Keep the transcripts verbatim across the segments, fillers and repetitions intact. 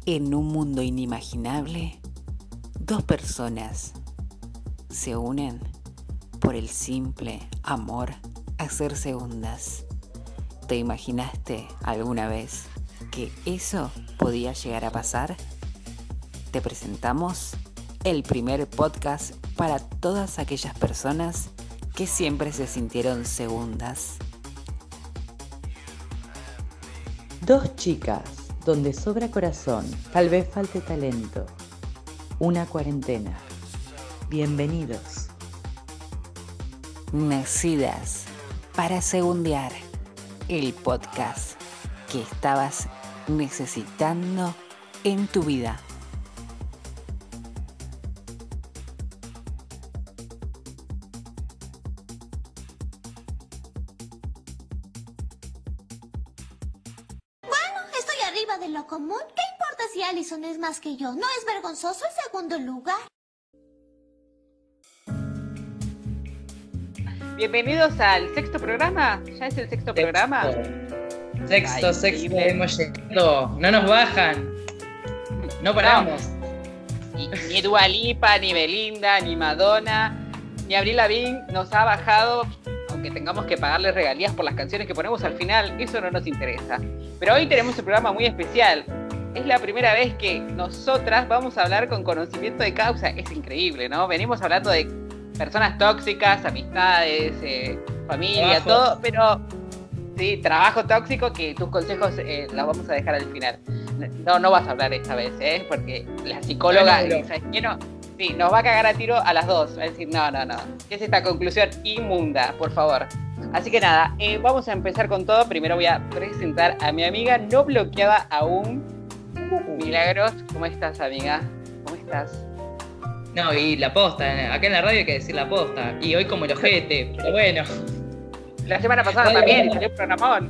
En un mundo inimaginable, dos personas se unen por el simple amor a ser segundas. ¿Te imaginaste alguna vez que eso podía llegar a pasar? Te presentamos el primer podcast para todas aquellas personas que siempre se sintieron segundas. Dos chicas, donde sobra corazón, tal vez falte talento. Una cuarentena. Bienvenidos. Nacidas para segundear, el podcast que estabas necesitando en tu vida. De lo común, ¿qué importa si Allison es más que yo? ¿No es vergonzoso el segundo lugar? Bienvenidos al sexto programa. ¿Ya es el sexto, sexto. programa? Sexto, Ay, sexto, hemos llegado. No nos bajan. No paramos. No. Ni, ni Dua Lipa, ni Belinda, ni Madonna, ni Avril Lavigne nos ha bajado, aunque tengamos que pagarles regalías por las canciones que ponemos al final, eso no nos interesa. Pero hoy tenemos un programa muy especial. Es la primera vez que nosotras vamos a hablar con conocimiento de causa. Es increíble, ¿no? Venimos hablando de personas tóxicas, amistades, eh, familia, trabajo. todo, pero sí, trabajo tóxico, que tus consejos eh, los vamos a dejar al final. No, no vas a hablar esta vez, ¿eh? Porque la psicóloga, no, no, no. ¿sabes qué? No, sí, nos va a cagar a tiro a las dos. Va a decir, no, no, no. ¿Qué es esta conclusión inmunda? Por favor. Así que nada, eh, vamos a empezar con todo. Primero voy a presentar a mi amiga no bloqueada aún, Milagros. ¿Cómo estás, amiga? ¿Cómo estás? No, y la posta, acá en la radio hay que decir la posta. Y hoy como el ojete, pero bueno. La semana pasada Dale, también, salió un programón.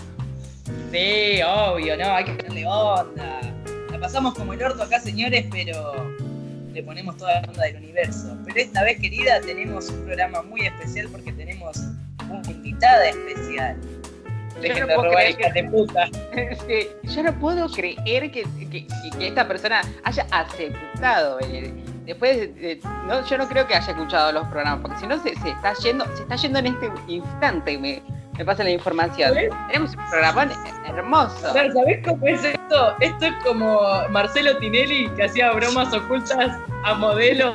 Sí, obvio, no, hay que darle onda. La pasamos como el orto acá, señores, pero le ponemos toda la onda del universo. Pero esta vez, querida, tenemos un programa muy especial porque tenemos una invitada especial. Dejen de robar, hija de puta. Sí, yo no puedo creer que, que, que esta persona haya aceptado. Eh, después, de, no, yo no creo que haya escuchado los programas, porque si no se, se está yendo, se está yendo en este instante. Me, me pasa la información. ¿Sabes? Tenemos un programa hermoso. ¿Sabés cómo es esto? Esto es como Marcelo Tinelli, que hacía bromas ocultas a modelos.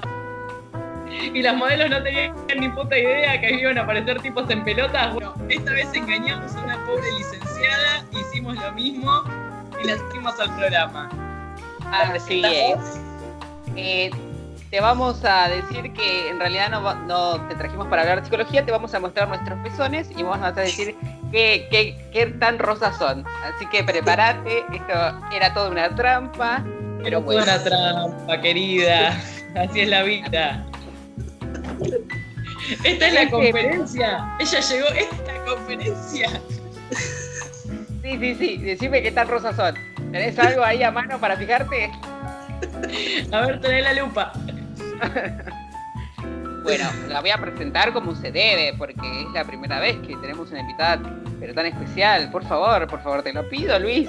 Y las modelos no tenían ni puta idea que iban a aparecer tipos en pelotas. Bueno, esta vez engañamos a una pobre licenciada, hicimos lo mismo y la trajimos al programa. Así es. Eh, te vamos a decir que en realidad no, no te trajimos para hablar de psicología, te vamos a mostrar nuestros pezones y vamos a decir qué, qué, qué tan rosas son. Así que prepárate, esto era toda una trampa. Pero era bueno. Toda una trampa, querida. Así es la vida. Esta es la conferencia. Ella llegó, esta es la conferencia. Sí, sí, sí. Decime qué tan rosas son. ¿Tenés algo ahí a mano para fijarte? A ver, tenés la lupa. Bueno, la voy a presentar como se debe, porque es la primera vez que tenemos una invitada, pero tan especial. Por favor, por favor, te lo pido, Luis.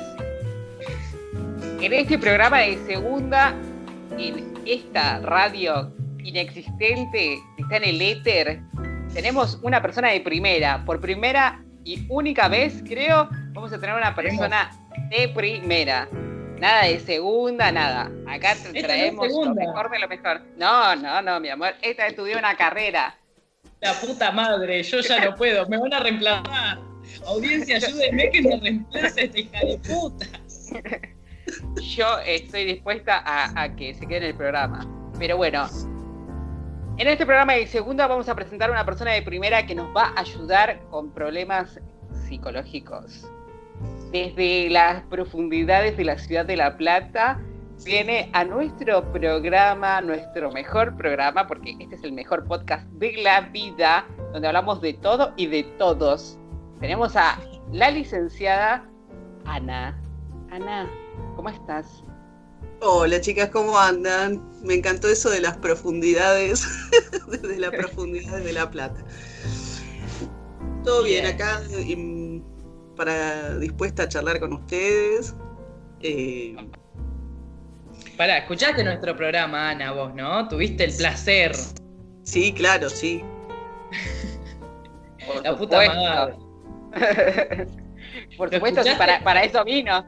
En este programa de segunda, en esta radio inexistente, que está en el éter, tenemos una persona de primera. Por primera y única vez, creo, vamos a tener una persona de primera. Nada de segunda, nada. Acá te traemos no lo mejor de lo mejor. No, no, no, mi amor. Esta estudió una carrera. La puta madre, yo ya no puedo. Me van a reemplazar. Audiencia, ayúdenme que me reemplace esta hija de puta. Yo estoy dispuesta a, a que se quede en el programa. Pero bueno, en este programa de segunda vamos a presentar a una persona de primera que nos va a ayudar con problemas psicológicos. Desde las profundidades de la ciudad de La Plata, viene a nuestro programa, nuestro mejor programa, porque este es el mejor podcast de la vida, donde hablamos de todo y de todos. Tenemos a la licenciada Ana. Ana, ¿cómo estás? Hola chicas, ¿cómo andan? Me encantó eso de las profundidades, desde las profundidades de La Plata. Todo bien, bien acá, y, para dispuesta a charlar con ustedes. Eh, Pará, escuchaste nuestro programa, Ana, vos, ¿no? Tuviste el placer. Sí, claro, sí. Por La puta supuesto. madre. Por ¿Lo supuesto, si escuchaste? para, para eso vino.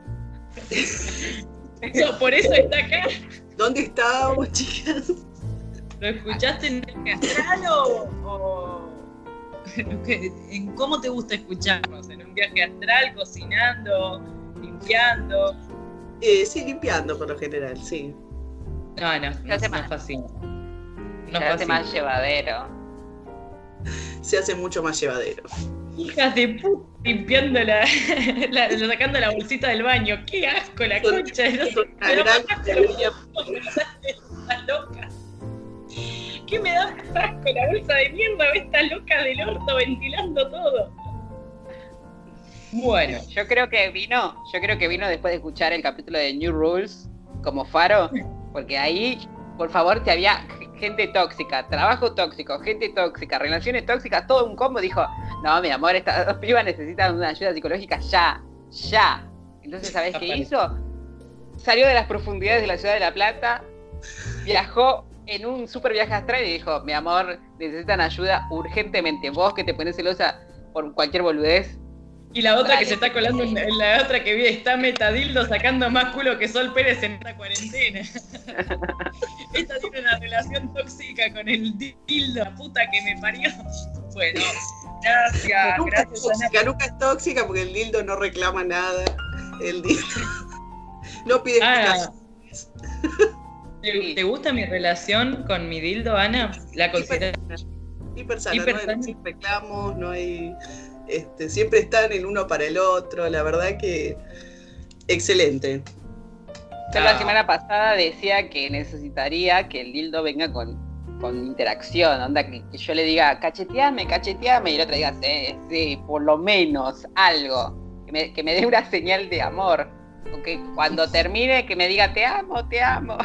Eso, por eso está acá. ¿Dónde estábamos, chicas? ¿Lo escuchaste en el astral o, o en cómo te gusta escucharnos? ¿En un viaje astral, cocinando, limpiando? Eh, sí, limpiando por lo general, sí. No, no, Se no, hace nos más. fascina. Se Nos hace fascina. más llevadero. Se hace mucho más llevadero. Hijas de puta, limpiando la, la, la- sacando la bolsita del baño. ¡Qué asco la Son- concha! de los- son una me da gran más asco teoría. Estás loca. ¿Qué me da más asco la bolsa de mierda? Esta loca del orto ventilando todo. Bueno, Yo creo que vino, yo creo que vino después de escuchar el capítulo de New Rules como faro, porque ahí, por favor, te había gente tóxica, trabajo tóxico, gente tóxica, relaciones tóxicas, todo un combo. Dijo, no, mi amor, estas dos pibas necesitan una ayuda psicológica ya, ya. Entonces, ¿sabés qué hizo? Salió de las profundidades de la ciudad de La Plata, viajó en un super viaje astral y dijo, mi amor, necesitan ayuda urgentemente. Vos que te pones celosa por cualquier boludez. y la otra Dale. que se está colando en, en la otra que vi está Metadildo sacando más culo que Sol Pérez en esta cuarentena. Esta tiene una relación tóxica con el dildo, la puta que me parió. Bueno, gracias, Nunca es gracias Ana. tóxica, nunca es tóxica porque el dildo no reclama nada. El dildo no pide Ah, explicaciones. ¿te, te gusta mi relación con mi dildo, Ana? ¿La consideras? Hiper sana, hiper no hay sana. no hay reclamos, no hay. Este, siempre están el uno para el otro. La verdad que excelente. Yo la Ah. semana pasada decía que necesitaría que el dildo venga con, con interacción, onda que, que yo le diga cacheteame, cacheteame, y el otro diga sí, sí, por lo menos algo, que me, que me dé una señal de amor, o que cuando termine que me diga te amo, te amo,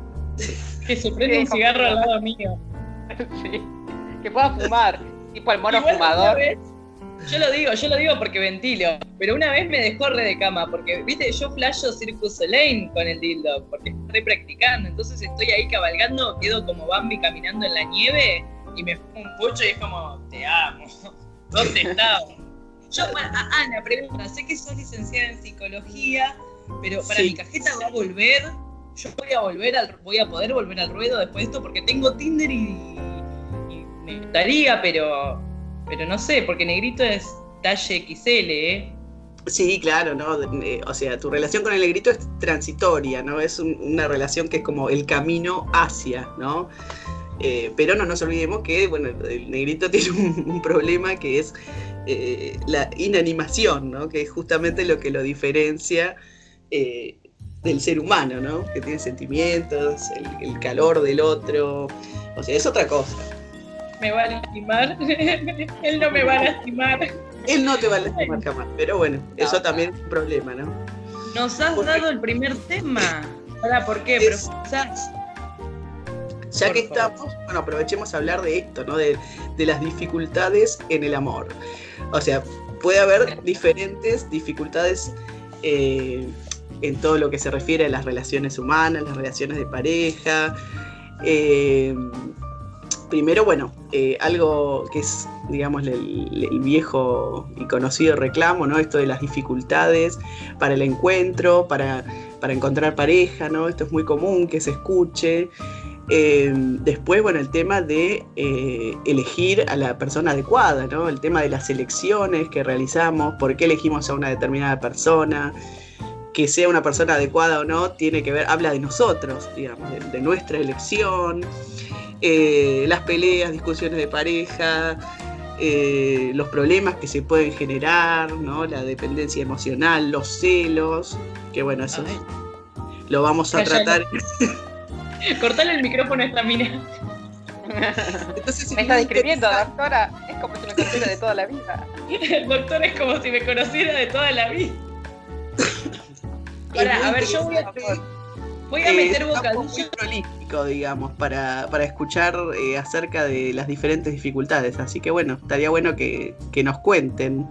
Que se prende un cigarro al lado mío. sí, que pueda fumar, tipo el mono Igual fumador. una vez, yo lo digo, yo lo digo porque ventilo, pero una vez me dejó re de cama, porque, viste, yo flasho Circus Soleil con el dildo, porque estoy practicando, entonces estoy ahí cabalgando, quedo como Bambi caminando en la nieve, y me fumo un pucho y es como, te amo, ¿dónde estabas? Yo, bueno, a- Ana, pregunta, sé que sos licenciada en psicología, pero para Sí. mi cajeta va a volver, yo voy a volver al, voy a poder volver al ruedo después de esto, porque tengo Tinder y, y me gustaría, pero... Pero no sé, porque negrito es talle equis ele, ¿eh? Sí, claro, ¿no? Eh, O sea, tu relación con el negrito es transitoria, ¿no? Es un- una relación que es como el camino hacia, ¿no? Eh, pero no nos olvidemos que, bueno, el negrito tiene un, un problema que es eh, la inanimación, ¿no? Que es justamente lo que lo diferencia eh, del ser humano, ¿no? Que tiene sentimientos, el, el calor del otro, o sea, es otra cosa. Me va a lastimar. Él no me va a lastimar. Él no te va a lastimar jamás, pero bueno, eso No, también es un problema, ¿no? Nos has Porque- dado el primer tema. Ahora, ¿por qué? Es- Profesor? Ya Por que favor. estamos, bueno, aprovechemos a hablar de esto, ¿no? De, de las dificultades en el amor. O sea, puede haber diferentes dificultades eh, en todo lo que se refiere a las relaciones humanas, las relaciones de pareja. Eh, primero, bueno, eh, algo que es, digamos, el, el viejo y conocido reclamo, ¿no? Esto de las dificultades para el encuentro, para, para encontrar pareja, ¿no? Esto es muy común que se escuche. Eh, después, bueno, el tema de eh, elegir a la persona adecuada, ¿no? El tema de las elecciones que realizamos, por qué elegimos a una determinada persona, que sea una persona adecuada o no, tiene que ver, habla de nosotros, digamos, de, de nuestra elección, eh, las peleas, discusiones de pareja, eh, los problemas que se pueden generar, ¿no? La dependencia emocional, los celos, que bueno, eso Ay. lo vamos a Cállalo. tratar. Cortale el micrófono a esta mina. Entonces, Me está es describiendo, interesante. doctora, es como si me conociera de toda la vida. El doctor es como si me conociera de toda la vida. Es Pará, muy a ver, yo voy a, interesante. voy a Eh, meter es un campo muy bocadillo. prolífico, digamos, para, para escuchar eh, acerca de las diferentes dificultades. Así que bueno, estaría bueno que, que nos cuenten.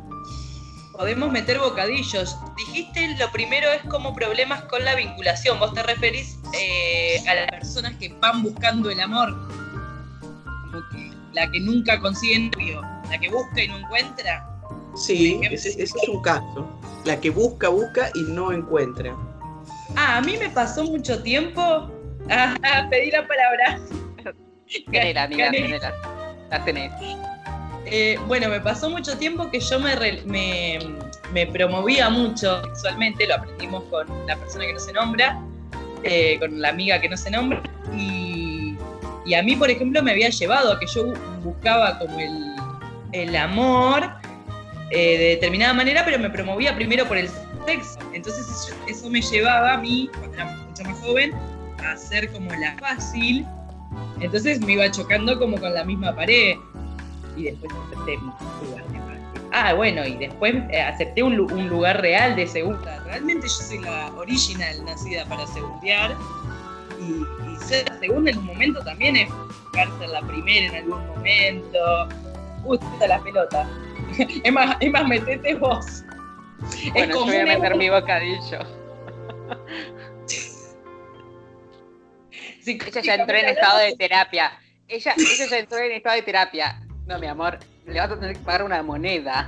Podemos meter bocadillos. Dijiste lo primero es como problemas con la vinculación. Vos te referís eh, a las personas que van buscando el amor, como que la que nunca consigue novio, la que busca y no encuentra. Sí, ese, ese es un caso. La que busca, busca y no encuentra. Ah, a mí me pasó mucho tiempo. Ah, pedí la palabra. Tenela, amiga, Gané. tenela. La tenés. Eh, bueno, me pasó mucho tiempo que yo me, re- me, me promovía mucho sexualmente, lo aprendimos con la persona que no se nombra, eh, con la amiga que no se nombra, y, y a mí, por ejemplo, me había llevado a que yo buscaba como el, el amor eh, de determinada manera, pero me promovía primero por el sexo. Entonces eso, eso me llevaba a mí, cuando era mucho más joven, a hacer como la fácil. Entonces me iba chocando como con la misma pared. Y después acepté un lugar de fácil. Ah, bueno, y después eh, acepté un, lu- un lugar real de segunda. Realmente yo soy la original nacida para segundear. Y, y ser la segunda en un momento también es buscarse la primera en algún momento. Gusta la pelota. Es más, es más, metete vos. Bueno, yo voy a meter mi bocadillo. Sí, Ella ya entró en estado de terapia. Ella, ella ya entró en estado de terapia. No, mi amor, le vas a tener que pagar una moneda.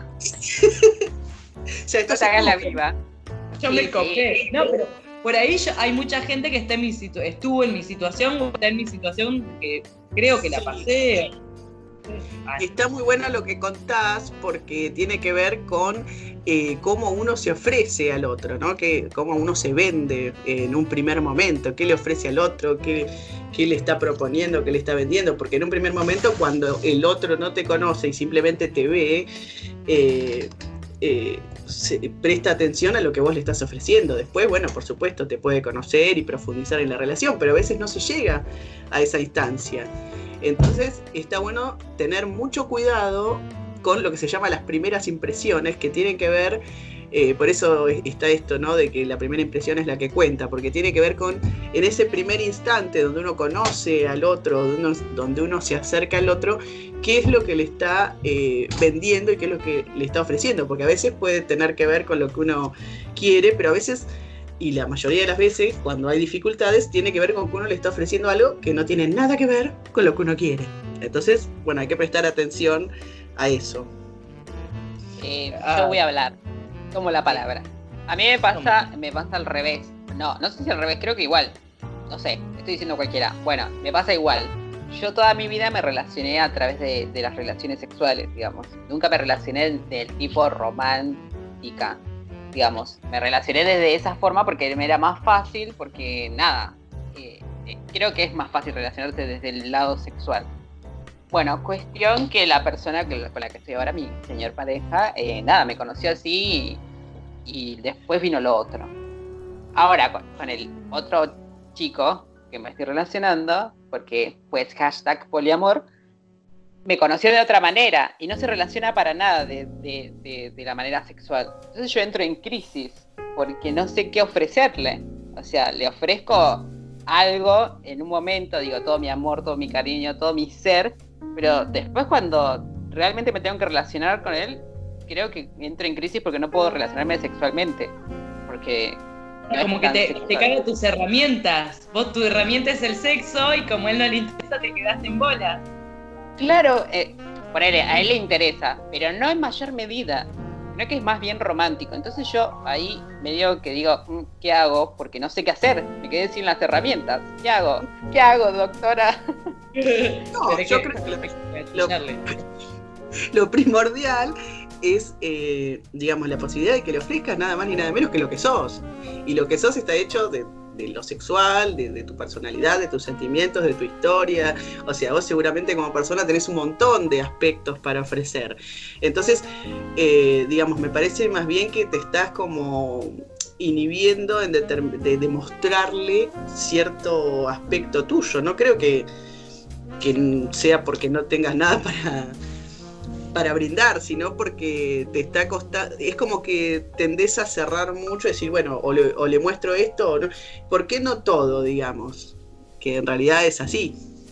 Ya No te hagas la viva. Yo Sí, me sí. coqué. No, pero por ahí yo- hay mucha gente que está en mi situ- estuvo en mi situación, o está en mi situación que creo que la pasé. Ay, Está muy bueno lo que contás porque tiene que ver con eh, cómo uno se ofrece al otro, ¿no? Que, cómo uno se vende en un primer momento, qué le ofrece al otro, qué, qué le está proponiendo, qué le está vendiendo, porque en un primer momento cuando el otro no te conoce y simplemente te ve, eh, eh, se presta atención a lo que vos le estás ofreciendo. Después, bueno, por supuesto, te puede conocer y profundizar en la relación, pero a veces no se llega a esa instancia. Entonces está bueno tener mucho cuidado con lo que se llama las primeras impresiones, que tienen que ver, eh, por eso está esto, ¿no? De que la primera impresión es la que cuenta, porque tiene que ver con en ese primer instante donde uno conoce al otro, donde uno, donde uno se acerca al otro, qué es lo que le está eh, vendiendo y qué es lo que le está ofreciendo, porque a veces puede tener que ver con lo que uno quiere, pero a veces, y la mayoría de las veces, cuando hay dificultades, tiene que ver con que uno le está ofreciendo algo que no tiene nada que ver con lo que uno quiere. Entonces, bueno, hay que prestar atención a eso. Eh, Ah. yo voy a hablar. Tomo la palabra. A mí me pasa, me pasa al revés. No, no sé si al revés, creo que igual. No sé, estoy diciendo cualquiera. Bueno, me pasa igual. Yo toda mi vida me relacioné a través de, de las relaciones sexuales, digamos. Nunca me relacioné del tipo romántica, digamos. Me relacioné desde esa forma porque me era más fácil, porque nada, eh, eh, creo que es más fácil relacionarse desde el lado sexual. Bueno, cuestión que la persona que, con la que estoy ahora, mi señor pareja, eh, nada, me conoció así y, y después vino lo otro. Ahora, con, con el otro chico que me estoy relacionando, porque pues hashtag poliamor, me conoció de otra manera y no se relaciona para nada de, de, de, de la manera sexual. Entonces yo entro en crisis porque no sé qué ofrecerle. O sea, le ofrezco algo en un momento, digo, todo mi amor, todo mi cariño, todo mi ser, pero después cuando realmente me tengo que relacionar con él, creo que entro en crisis porque no puedo relacionarme sexualmente, porque no como es que tan te, sexual. te cagan tus herramientas. Vos, tu herramienta es el sexo y como a él no le interesa, te quedaste en bola. Claro, eh, ponele, a él le interesa, pero no en mayor medida, no que es más bien romántico. Entonces yo ahí medio que digo, mm, ¿qué hago? Porque no sé qué hacer, me quedé sin las herramientas. ¿Qué hago? ¿Qué hago, doctora? No, Pero yo que- creo que lo, lo- lo- lo primordial es, eh, digamos, la posibilidad de que le ofrezcas nada más ni nada menos que lo que sos. Y lo que sos está hecho de, de lo sexual, de, de tu personalidad, de tus sentimientos, de tu historia. O sea, vos seguramente como persona tenés un montón de aspectos para ofrecer. Entonces, eh, digamos, me parece más bien que te estás como inhibiendo en determ- de demostrarle cierto aspecto tuyo. No creo que, que sea porque no tengas nada para... para brindar, sino porque te está costando, es como que tendés a cerrar mucho y decir, bueno, o le, o le muestro esto, o no. ¿Por qué no todo, digamos? Que en realidad es así.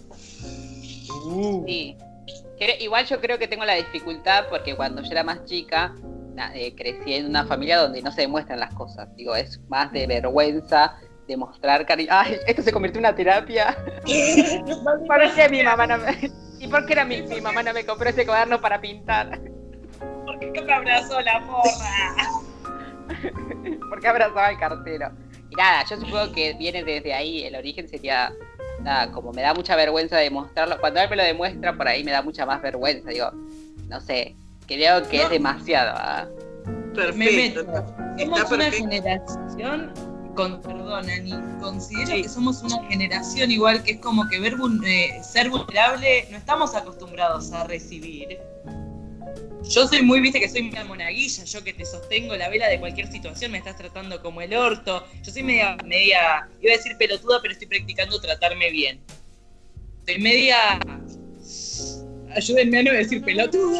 Sí. Cre- Igual yo creo que tengo la dificultad porque cuando yo era más chica, na- eh, crecí en una familia donde no se demuestran las cosas. Digo, es más de vergüenza demostrar cariño. Ay, esto se convirtió en una terapia. ¿Por qué mi mamá no me... ¿Y por qué era mi, mi mamá no me compró ese cuaderno para pintar? ¿Por qué me abrazó la porra? ¿Por qué abrazaba al cartero? Y nada, yo supongo que viene desde ahí. El origen sería, nada, como me da mucha vergüenza demostrarlo. Cuando él me lo demuestra, por ahí me da mucha más vergüenza. Digo, no sé, creo que no. Es demasiado. ¿eh? Perfecto. Me meto. Somos Está una perfecto. generación, con, perdón, Ani, considero sí. que somos una generación igual que es como que ver eh, ser vulnerable, no estamos acostumbrados a recibir. Yo soy muy, viste que soy una monaguilla, yo que te sostengo la vela de cualquier situación, me estás tratando como el orto. Yo soy media, media, iba a decir pelotuda, pero estoy practicando tratarme bien. Soy media... Ayúdenme a no decir pelotuda.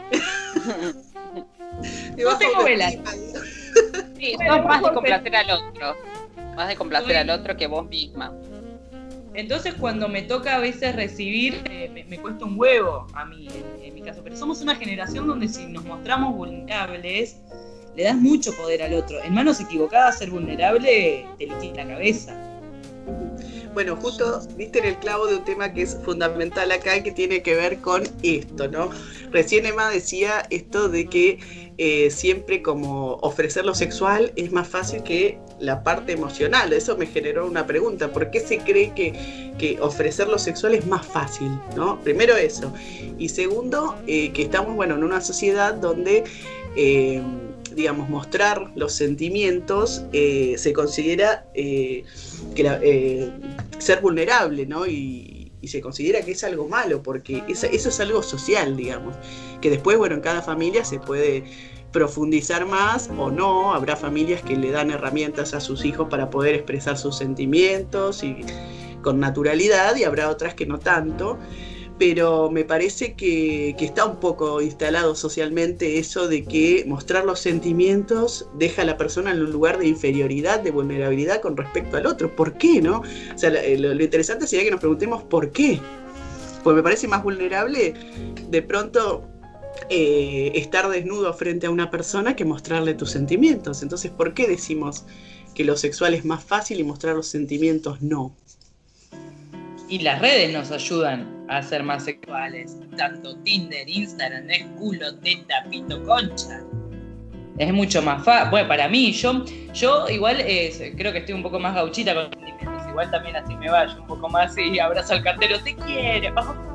No tengo velas. Sí, bueno, sos más de complacer al otro. Más de complacer al otro que vos misma. Entonces cuando me toca a veces recibir, eh, me, me cuesta un huevo a mí, en, en mi caso. Pero somos una generación donde si nos mostramos vulnerables, le das mucho poder al otro. En manos equivocadas, ser vulnerable te liquida la cabeza. Bueno, justo viste en el clavo de un tema que es fundamental acá y que tiene que ver con esto, ¿no? Recién Emma decía esto de que eh, siempre como ofrecer lo sexual es más fácil que la parte emocional. Eso me generó una pregunta, ¿por qué se cree que, que ofrecer lo sexual es más fácil, ¿no? Primero eso. Y segundo, eh, que estamos, bueno, en una sociedad donde... Eh, digamos, mostrar los sentimientos eh, se considera eh, que la, eh, ser vulnerable, ¿no? Y, y se considera que es algo malo, porque es, eso es algo social, digamos, que después, bueno, en cada familia se puede profundizar más o no. Habrá familias que le dan herramientas a sus hijos para poder expresar sus sentimientos y con naturalidad, y habrá otras que no tanto. Pero me parece que, que está un poco instalado socialmente eso de que mostrar los sentimientos deja a la persona en un lugar de inferioridad, de vulnerabilidad con respecto al otro. ¿Por qué, no? O sea, lo, lo interesante sería que nos preguntemos ¿por qué? Pues me parece más vulnerable de pronto eh, estar desnudo frente a una persona que mostrarle tus sentimientos. Entonces, ¿por qué decimos que lo sexual es más fácil y mostrar los sentimientos no? Y las redes nos ayudan a ser más sexuales. Tanto Tinder, Instagram, es culo, teta, pito, concha. Es mucho más fácil. Bueno, para mí, yo, yo igual eh, creo que estoy un poco más gauchita con los sentimientos. Igual también así me va, yo un poco más y abrazo al cartero. ¡Te quiero!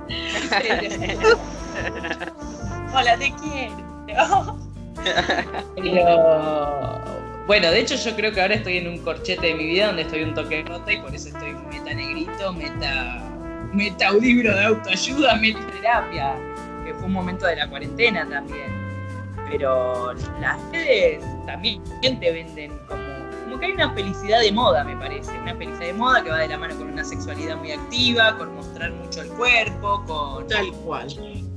Hola, te quiero. Pero... Bueno, de hecho yo creo que ahora estoy en un corchete de mi vida donde estoy un toque rota y por eso estoy meta negrito, meta, meta un libro de autoayuda, meta terapia, que fue un momento de la cuarentena también. Pero las redes también te venden como, como que hay una felicidad de moda, me parece, una felicidad de moda que va de la mano con una sexualidad muy activa, con mostrar mucho el cuerpo, con... Tal cual.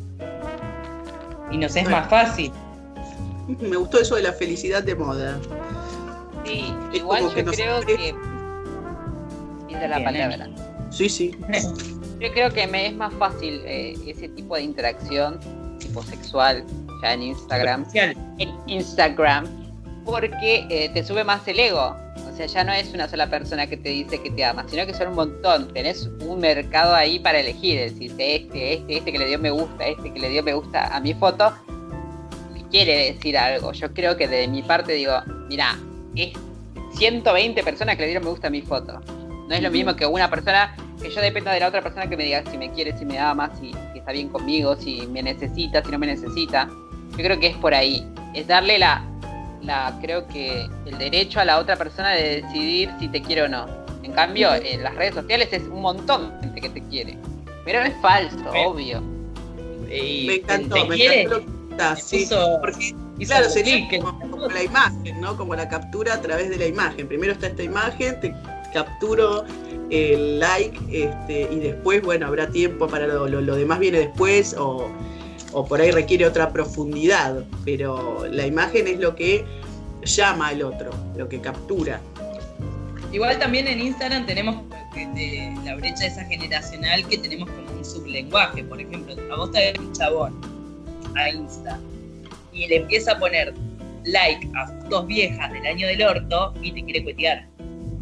Y nos es más fácil. Me gustó eso de la felicidad de moda. Sí, es igual yo que creo sé... que... Esa es la palabra. Sí, sí. Yo creo que me es más fácil eh, ese tipo de interacción, tipo sexual, ya en Instagram. En Instagram, porque eh, te sube más el ego. O sea, ya no es una sola persona que te dice que te ama, sino que son un montón. Tenés un mercado ahí para elegir. Decís, este, este, este que le dio me gusta, este que le dio me gusta a mi foto, quiere decir algo. Yo creo que de mi parte digo, mira, es ciento veinte personas que le dieron me gusta a mi foto. No es lo mismo que una persona, que yo dependa de la otra persona que me diga si me quiere, si me ama, si, si está bien conmigo, si me necesita, si no me necesita. Yo creo que es por ahí. Es darle la, la creo que el derecho a la otra persona de decidir si te quiere o no. En cambio, en las redes sociales es un montón de gente que te quiere. Pero es falso, me, obvio. Y me encantó, ¿te me quiere? encantó. Sí, Puso, porque claro, sería como, como la imagen, ¿no? Como la captura a través de la imagen. Primero está esta imagen, te capturo el like, este, y después, bueno, habrá tiempo para lo, lo, lo demás viene después, o, o por ahí requiere otra profundidad, pero la imagen es lo que llama al otro, lo que captura. Igual también en Instagram tenemos de la brecha esa generacional que tenemos como un sublenguaje. Por ejemplo, a vos te ves un chabón a Insta y le empieza a poner like a fotos viejas del año del orto y te quiere cuetear.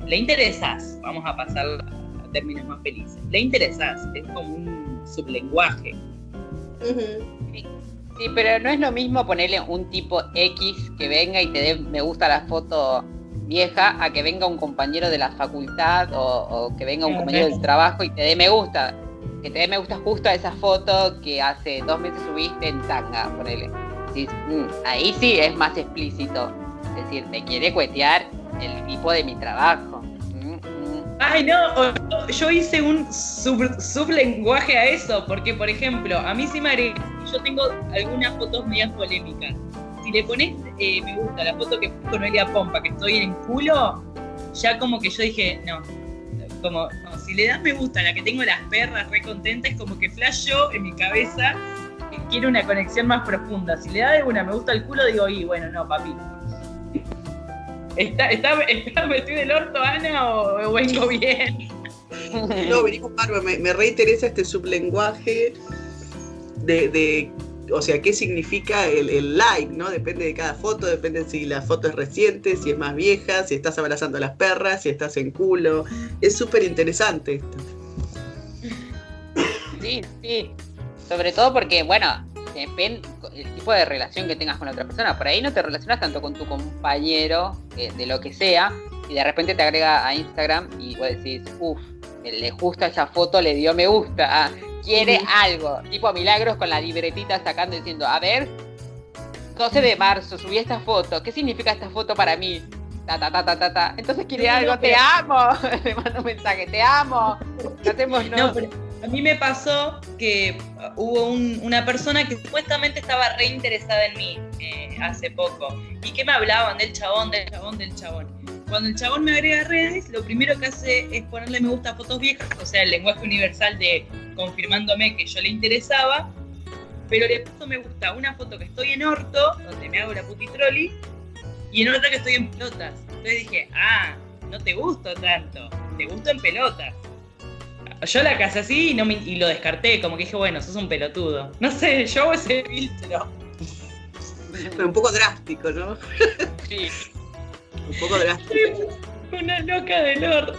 le interesás, vamos a pasar a términos más felices, le interesás, es como un sublenguaje. Ujú. Sí, sí, pero no es lo mismo ponerle un tipo X que venga y te dé me gusta la foto vieja a que venga un compañero de la facultad o, o que venga un Ah, compañero claro. del trabajo y te dé me gusta. Que te dé me gusta justo a esa foto que hace dos meses subiste en tanga, ponele. Decís, "Mm, ahí sí es más explícito. Es decir, te quiere cuetear el tipo de mi trabajo. Mm, mm. Ay, no, o- o- yo hice un sub, sublenguaje a eso, porque, por ejemplo, a mí sí me agrega, yo tengo algunas fotos medias polémicas. Si le pones eh, me gusta la foto que puse con Noelia Pompa, que estoy en culo, ya como que yo dije, no, como, no, si le das me gusta a la que tengo las perras re contentas, es como que flash yo en mi cabeza que quiero una conexión más profunda. Si le da de una me gusta el culo, digo, y bueno, no, papi. ¿Está, está, está metido el orto, Ana, o, o vengo bien? No, venimos bárbaro, me, me reinteresa este sublenguaje de, de, o sea, qué significa el, el like, ¿no? Depende de cada foto, depende si la foto es reciente, si es más vieja, si estás abrazando a las perras, si estás en culo. Es súper interesante esto. Sí, sí. Sobre todo porque, bueno, depende el tipo de relación que tengas con la otra persona. Por ahí no te relacionas tanto con tu compañero, eh, de lo que sea, y de repente te agrega a Instagram y vos decís, uff, le gusta esa foto, le dio me gusta, ah, quiere Ujú. algo. Tipo Milagros con la libretita sacando diciendo, a ver, doce de marzo, subí esta foto, ¿qué significa esta foto para mí? Ta, ta, ta, ta, ta, ta. Entonces quiere No, no, algo, no, te pero- amo. Le mando un mensaje, te amo. Hacemos No, pero a mí me pasó que hubo un- una persona que supuestamente estaba re interesada en mí eh, hace poco. Y que me hablaban del chabón, del chabón, del chabón. Cuando el chabón me agrega a redes, lo primero que hace es ponerle me gusta a fotos viejas, o sea, el lenguaje universal de confirmándome que yo le interesaba, pero le puso me gusta a una foto que estoy en orto, donde me hago la putitroli, y en otra que estoy en pelotas. Entonces dije, ah, no te gusto tanto, te gusto en pelotas. Yo la casé así y, no me- y lo descarté, como que dije, bueno, sos un pelotudo. No sé, yo hago ese filtro. Pero un poco drástico, ¿no? Sí. Un poco drástico. Una loca del orto.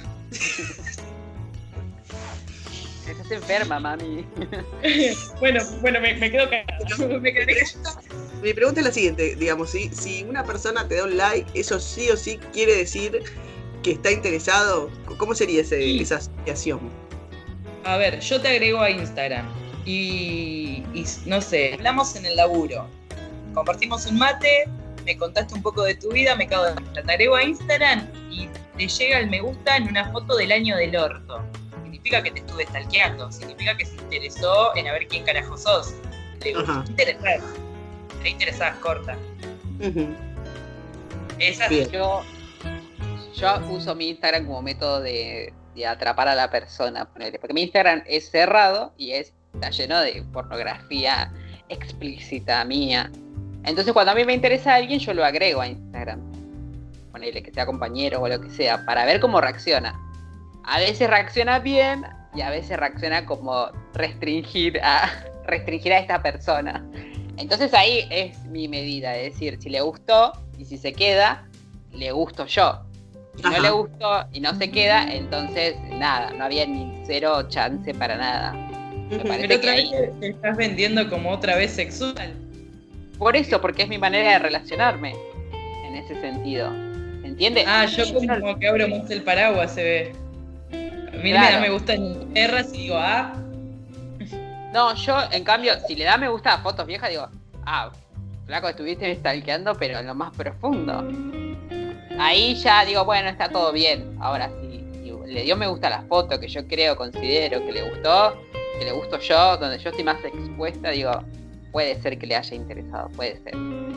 Estás enferma, mami. Bueno, bueno, me, me quedo callada. Me quedé callada. Mi pregunta es la siguiente, digamos, si, si una persona te da un like, ¿eso sí o sí quiere decir que está interesado? ¿Cómo sería ese, Sí. esa asociación? A ver, yo te agrego a Instagram y, y no sé, hablamos en el laburo, compartimos un mate, me contaste un poco de tu vida, me cago de risa. Te agrego a Instagram y te llega el me gusta en una foto del año del orto. Significa que te estuve stalkeando, significa que se interesó en a ver quién carajo sos. Le Ajá. gustó interesar, te interesás, corta. Ujú. Esa Bien. Yo, yo uso mi Instagram como método de, de atrapar a la persona, ponele, porque mi Instagram es cerrado y es, está lleno de pornografía explícita mía. Entonces cuando a mí me interesa a alguien, yo lo agrego a Instagram. Ponele, que sea compañero o lo que sea, para ver cómo reacciona. A veces reacciona bien y a veces reacciona como restringir a, restringir a esta persona. Entonces ahí es mi medida, es decir, si le gustó y si se queda, le gusto yo. Si Ajá. no le gustó y no se queda, entonces nada, no había ni cero chance para nada. Me Ujú. parece Pero que otra ahí, vez te- te estás vendiendo como otra vez sexual. por eso, porque es mi manera de relacionarme en ese sentido. ¿Entiendes? Ah, yo como que abro más el paraguas, se ve. A mí me Claro. da me gusta en perras y digo, ah, No, yo, en cambio, si le da me gusta a fotos viejas, digo, ah, flaco, estuviste stalkeando, pero en lo más profundo. Ahí ya digo, bueno, está todo bien. Ahora, si, si le dio me gusta a la foto que yo creo, considero que le gustó, que le gusto yo, donde yo estoy más expuesta, digo, puede ser que le haya interesado, puede ser.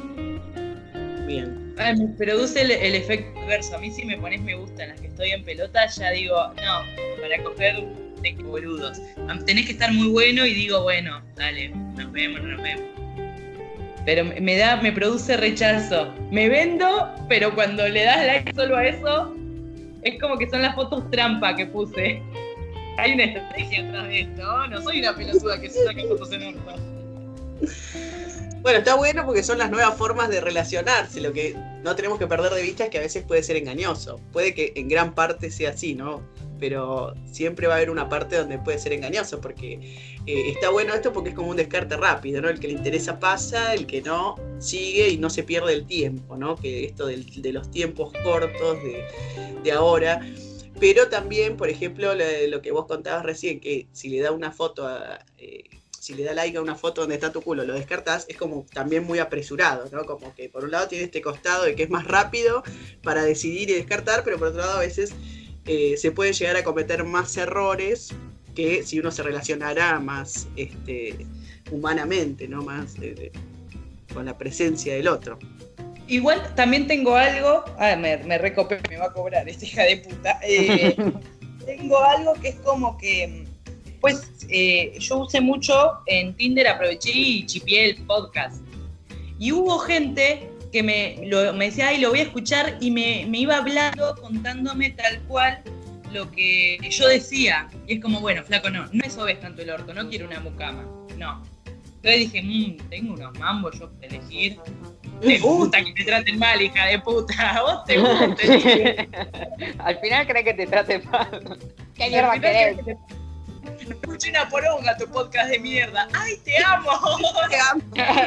Bien. ay, me produce el, el efecto inverso. A mí si me pones me gusta en las que estoy en pelota, ya digo, no, para coger de boludos. Am- Tenés que estar muy bueno y digo, bueno, dale, nos vemos, nos vemos. Pero me me da, me produce rechazo. Me vendo, pero cuando le das like solo a eso, es como que son las fotos trampa que puse. Hay una estrategia atrás de esto, no soy una pelotuda que se saca fotos en orto. Bueno, está bueno porque son las nuevas formas de relacionarse. Lo que no tenemos que perder de vista es que a veces puede ser engañoso. Puede que en gran parte sea así, ¿no? Pero siempre va a haber una parte donde puede ser engañoso, porque eh, está bueno esto porque es como un descarte rápido, ¿no? El que le interesa pasa, el que no sigue y no se pierde el tiempo, ¿no? Que esto del, de los tiempos cortos de, de ahora. Pero también, por ejemplo, lo, lo que vos contabas recién, que si le da una foto a... Eh, si le da like a una foto donde está tu culo, lo descartás, es como también muy apresurado, ¿no? Como que por un lado tiene este costado de que es más rápido para decidir y descartar, pero por otro lado a veces eh, se puede llegar a cometer más errores que si uno se relacionara más este, humanamente, ¿no? Más eh, con la presencia del otro. Igual también tengo algo, ah, me, me recopé, me va a cobrar esta hija de puta. Eh, tengo algo que es como que, pues, eh, yo usé mucho en Tinder, aproveché y chipié el podcast. Y hubo gente que me, lo, me decía, ay, lo voy a escuchar, y me, me iba hablando, contándome tal cual lo que yo decía. Y es como, bueno, flaco, no, no me sobes tanto el orto, no quiero una mucama, no. Entonces dije, mmm, tengo unos mambos yo para elegir. Te gusta que te traten mal, hija de puta. Vos te gusta. Al final crees que te traten mal. ¿Qué mierda querés? Que te... Escuché una poronga tu podcast de mierda. ¡Ay, te amo! Te amo.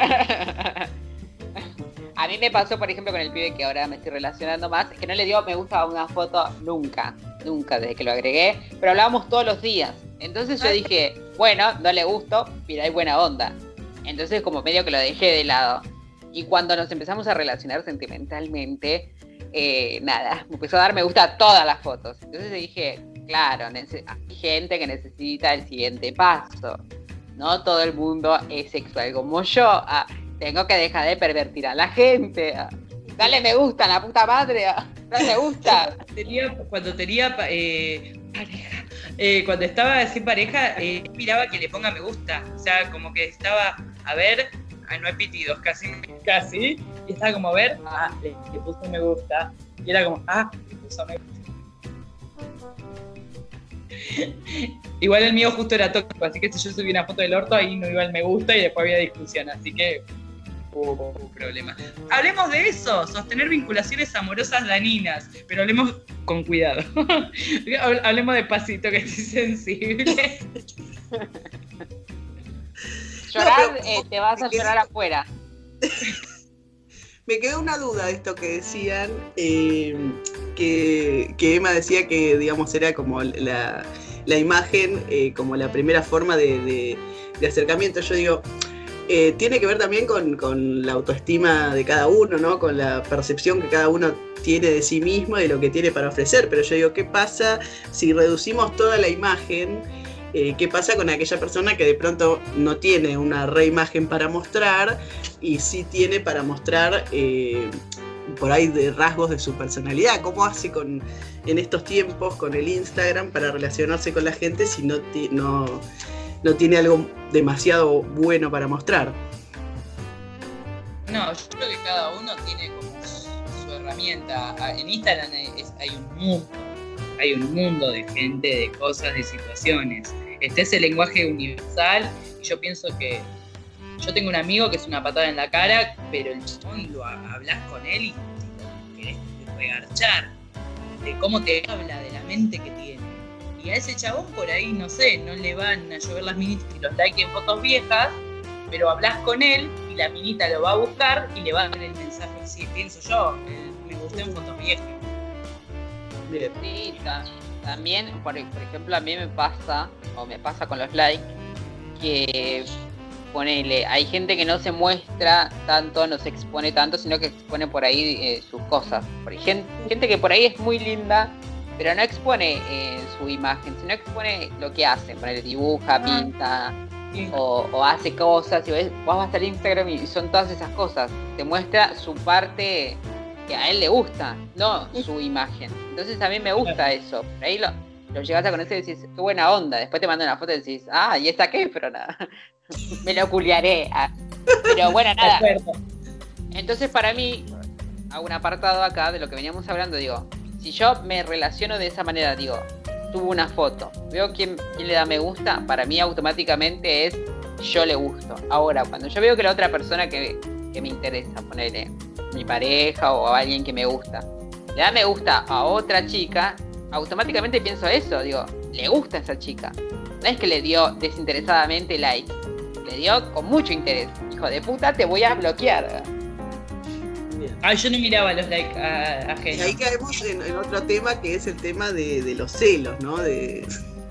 A mí me pasó, por ejemplo, con el pibe que ahora me estoy relacionando más, que no le dio me gusta a una foto nunca, nunca desde que lo agregué, pero hablábamos todos los días. Entonces yo dije, bueno, no le gusto, pero hay buena onda. Entonces como medio que lo dejé de lado. Y cuando nos empezamos a relacionar sentimentalmente, eh, nada, me empezó a dar me gusta a todas las fotos. Entonces dije, claro, nece- hay gente que necesita el siguiente paso. No todo el mundo es sexual como yo. Ah, tengo que dejar de pervertir a la gente. Ah, dale me gusta a la puta madre. Ah, dale me gusta. Tenía, cuando tenía eh, pareja, eh, cuando estaba sin pareja, eh, miraba que le ponga me gusta. O sea, como que estaba, a ver, ay, no hay pitidos, casi, casi. Y estaba como, a ver, ah, le, le puso me gusta. Y era como, ah, le puso me gusta. Igual el mío justo era tóxico, así que si yo subí una foto del orto, ahí no iba el me gusta y después había discusión, así que hubo, hubo problema. Hablemos de eso, sostener vinculaciones amorosas dañinas, pero hablemos con cuidado. Hablemos despacito, que estoy sensible. Llorar, No, pero, eh, te vas a llorar afuera. Me quedó una duda de esto que decían, eh, que, que Emma decía que, digamos, era como la, la imagen, eh, como la primera forma de, de, de acercamiento. Yo digo, eh, tiene que ver también con, con la autoestima de cada uno, ¿no? Con la percepción que cada uno tiene de sí mismo y de lo que tiene para ofrecer. Pero yo digo, ¿qué pasa si reducimos toda la imagen? Eh, ¿Qué pasa con aquella persona que de pronto no tiene una reimagen para mostrar y sí tiene para mostrar eh, por ahí de rasgos de su personalidad? ¿Cómo hace con, en estos tiempos con el Instagram para relacionarse con la gente si no, ti, no, no tiene algo demasiado bueno para mostrar? No, yo creo que cada uno tiene como su herramienta. En Instagram es, hay un mundo. Hay un mundo de gente, de cosas, de situaciones. Este es el lenguaje universal y yo pienso que yo tengo un amigo que es una patada en la cara, pero el chabón lo hablas con él y lo querés regarchar de cómo te habla, de la mente que tiene. Y a ese chabón por ahí, no sé, no le van a llover las minitas y los likes en fotos viejas, pero hablas con él y la minita lo va a buscar y le va a dar el mensaje. Sí, pienso yo, me gustó en fotos viejas. Bien. Sí, ta- también, por, por ejemplo, a mí me pasa, o me pasa con los likes, que ponele, hay gente que no se muestra tanto, no se expone tanto, sino que expone por ahí eh, sus cosas. Por ejemplo, gente que por ahí es muy linda, pero no expone eh, su imagen, sino expone lo que hace, ponele, dibuja, pinta, Sí. o, o hace cosas, y ves, vos vas al Instagram y son todas esas cosas. Te muestra su parte que a él le gusta, no su imagen. Entonces a mí me gusta eso. Por ahí lo, lo llegas a conocer y decís, qué buena onda. Después te mandan una foto y decís, ah, ¿y esta qué? Pero nada, me lo culiaré. Ah. Pero bueno, nada. Entonces para mí, hago un apartado acá de lo que veníamos hablando, digo, si yo me relaciono de esa manera, digo, subo una foto, veo quién, quién le da me gusta, para mí automáticamente es yo le gusto. Ahora, cuando yo veo que la otra persona que, que me interesa, ponele mi pareja o a alguien que me gusta, le da me gusta a otra chica, automáticamente pienso eso, digo, le gusta a esa chica. No es que le dio desinteresadamente like, le dio con mucho interés. Hijo de puta, te voy a bloquear. Ay, yo no miraba los likes Y ajenos. ahí caemos en, en otro tema que es el tema de, de los celos, ¿no? De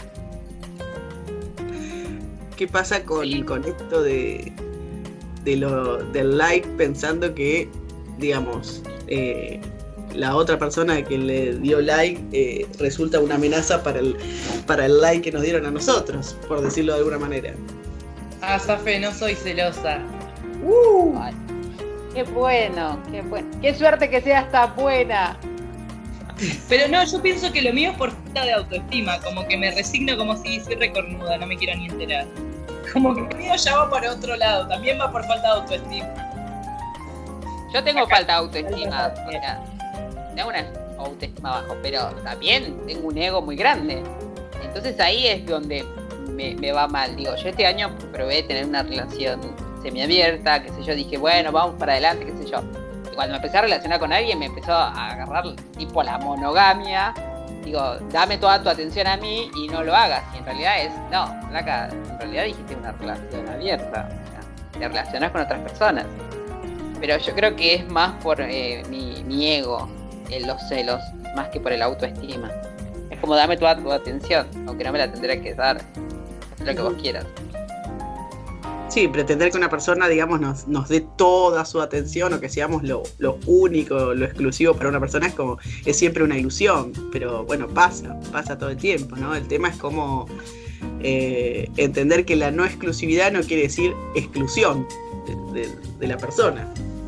¿qué pasa con, Sí. con esto de, de lo, del like pensando que, digamos, eh, la otra persona que le dio like eh, resulta una amenaza para el, para el like que nos dieron a nosotros, por decirlo de alguna manera? Ah, Safe, no soy celosa. Ay, qué bueno, qué bueno. Qué suerte que seas tan buena. Pero no, yo pienso que lo mío es por falta de autoestima, como que me resigno como si soy recornuda, no me quiero ni enterar. Como que lo mío ya va para otro lado, también va por falta de autoestima. Yo tengo Acá. falta de autoestima. O sea, tengo una autoestima bajo, pero también tengo un ego muy grande. Entonces ahí es donde me, me va mal. Digo, yo este año probé tener una relación semiabierta, qué sé yo, dije, bueno, vamos para adelante, qué sé yo. Y cuando me empecé a relacionar con alguien, me empezó a agarrar tipo la monogamia. Digo, dame toda tu atención a mí y no lo hagas. Y en realidad es, no, flaca, en realidad dijiste una relación abierta. O sea, te relacionás con otras personas. Pero yo creo que es más por eh, mi, mi ego, en los celos, más que por el autoestima. Es como dame toda tu atención, aunque no me la tendrás que dar. Haz lo que vos quieras. Sí, pretender que una persona, digamos, nos, nos dé toda su atención o que seamos lo, lo único, lo exclusivo para una persona es como, es siempre una ilusión, pero bueno, pasa, pasa todo el tiempo, ¿no? El tema es como eh, entender que la no exclusividad no quiere decir exclusión de, de, de la persona.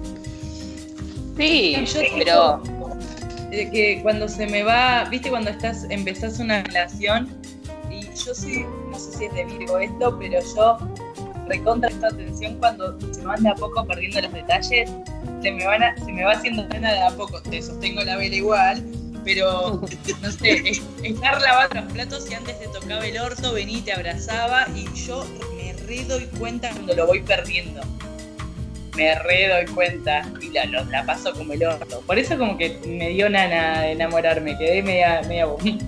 Sí, Yo pero de que cuando se me va, viste, cuando estás, empezás una relación, y yo soy, no sé si es de Virgo esto, pero yo recontra esta atención cuando se me van de a poco perdiendo los detalles, se me van a, se me va haciendo pena de a poco, te sostengo la vela igual, pero no sé, es- estar lavando los platos y antes te tocaba el orto, vení y te abrazaba, y yo me re doy cuenta cuando lo voy perdiendo. Me re doy cuenta y la, lo- la paso como el orto. Por eso como que me dio nana de enamorarme, quedé media, media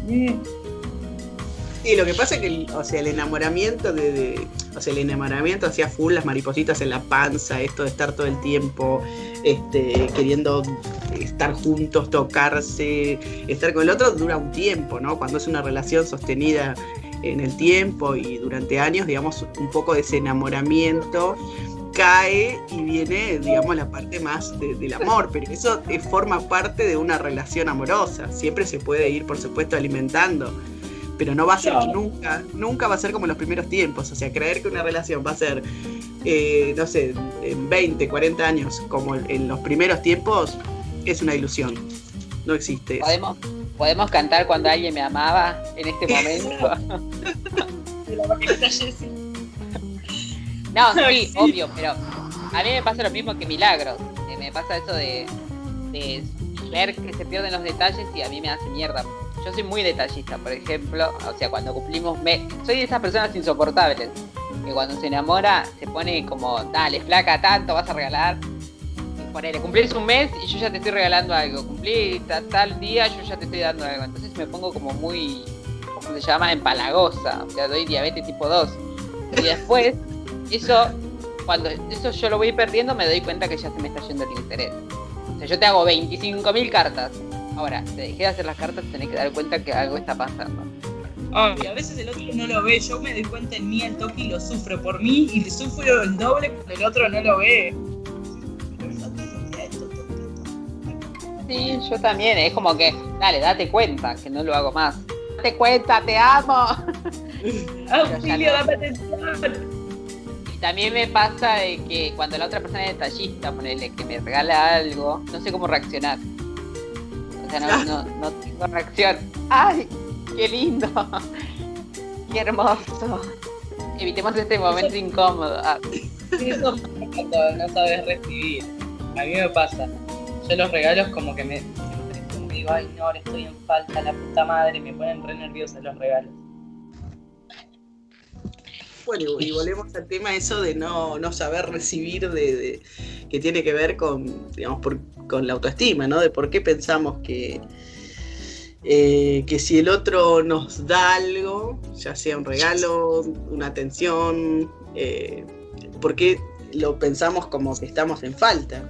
Y lo que pasa es que el, o sea, el enamoramiento de, de- o sea, el enamoramiento hacía full las maripositas en la panza, esto de estar todo el tiempo este, queriendo estar juntos, tocarse, estar con el otro dura un tiempo, ¿no? Cuando es una relación sostenida en el tiempo y durante años, digamos, un poco de ese enamoramiento cae y viene, digamos, la parte más de- del amor, pero eso eh, forma parte de una relación amorosa. Siempre se puede ir, por supuesto, alimentando, pero no va a ser Claro. nunca, nunca va a ser como en los primeros tiempos. O sea, creer que una relación va a ser, eh, no sé, en veinte, cuarenta años, como en los primeros tiempos, es una ilusión. No existe eso. podemos, podemos cantar cuando alguien me amaba en este momento. la maquinita Jessie. No, Ay, sí, sí. obvio, pero a mí me pasa lo mismo que Milagros. Eh, me pasa eso de, de ver que se pierden los detalles y a mí me hace mierda. Yo soy muy detallista, por ejemplo, o sea, cuando cumplimos mes, soy de esas personas insoportables, que cuando se enamora se pone como, dale, flaca, tanto vas a regalar. Y ponele, cumplís un mes y yo ya te estoy regalando algo, cumplí ta- tal día, yo ya te estoy dando algo. Entonces me pongo como muy, ¿cómo se llama? Empalagosa, o sea, doy diabetes tipo dos. Y después, eso, cuando eso yo lo voy perdiendo, me doy cuenta que ya se me está yendo el interés. O sea, yo te hago veinticinco mil cartas. Ahora, te dejé de hacer las cartas, tenés que dar cuenta que algo está pasando. Ay, a veces el otro no lo ve, yo me doy cuenta en mí al toque y lo sufro por mí y sufro el doble cuando el otro no lo ve. Sí, yo también, es como que, dale, date cuenta que no lo hago más. Date cuenta, te amo. Auxilio, dame atención. Y también me pasa de que cuando la otra persona es detallista, ponele que me regala algo, no sé cómo reaccionar. O sea, no, no, no tengo reacción. ¡Ay! ¡Qué lindo! ¡Qué hermoso! Evitemos este momento incómodo. Ah, Eso pasa cuando no sabes recibir. A mí me pasa. Yo los regalos como que me siempre como que digo, ay no, ahora estoy en falta, la puta madre, me ponen re nerviosa los regalos. Bueno, y volvemos al tema eso de no, no saber recibir, de, de que tiene que ver con, digamos, por, con la autoestima, ¿no? De por qué pensamos que, eh, que si el otro nos da algo, ya sea un regalo, una atención, eh, ¿por qué lo pensamos como que estamos en falta?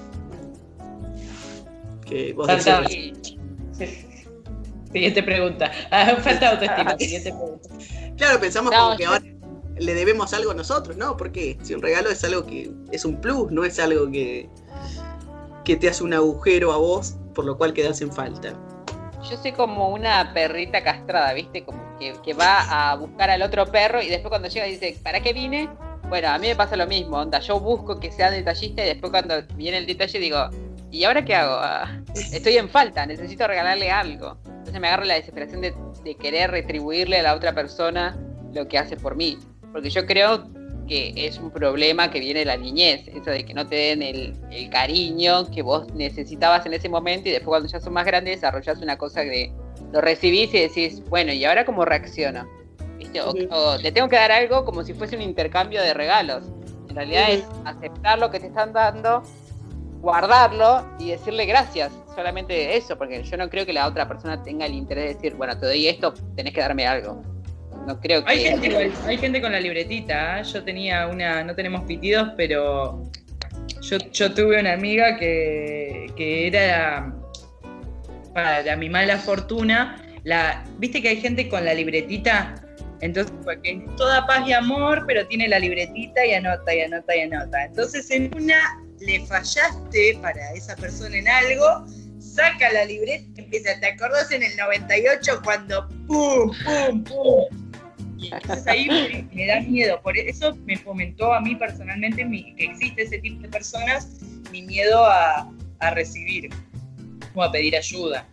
Que vos Falta... decías... Siguiente pregunta. Ah, falta autoestima. Siguiente pregunta. Claro, pensamos No, como que yo- ahora le debemos algo a nosotros, ¿no? Porque si un regalo es algo que es un plus, no es algo que, que te hace un agujero a vos, por lo cual quedas en falta. Yo soy como una perrita castrada, ¿viste? Como que, que va a buscar al otro perro y después cuando llega dice, ¿para qué vine? Bueno, a mí me pasa lo mismo, onda, yo busco que sea detallista y después cuando viene el detalle digo, ¿y ahora qué hago? Ah, estoy en falta, necesito regalarle algo. Entonces me agarro la desesperación de, de querer retribuirle a la otra persona lo que hace por mí. Porque yo creo que es un problema que viene de la niñez, eso de que no te den el, el cariño que vos necesitabas en ese momento y después cuando ya sos más grandes desarrollás una cosa que lo recibís y decís, bueno, ¿y ahora cómo reacciono? ¿Viste? O, o le tengo que dar algo como si fuese un intercambio de regalos. En realidad es aceptar lo que te están dando, guardarlo y decirle gracias, solamente eso, porque yo no creo que la otra persona tenga el interés de decir, bueno, te doy esto, tenés que darme algo. No creo que... Hay gente, igual, hay gente con la libretita, ¿eh? Yo tenía una, no tenemos pitidos, pero yo, yo tuve una amiga que, que era, para mi mala fortuna, la, viste que hay gente con la libretita, entonces porque es toda paz y amor, pero tiene la libretita y anota y anota y anota. Entonces en una le fallaste para esa persona en algo, saca la libreta y empieza, ¿te acordás en el noventa y ocho cuando pum, pum, pum? Y entonces ahí me, me da miedo, por eso me fomentó a mí personalmente mi, que existe ese tipo de personas, mi miedo a, a recibir o a pedir ayuda.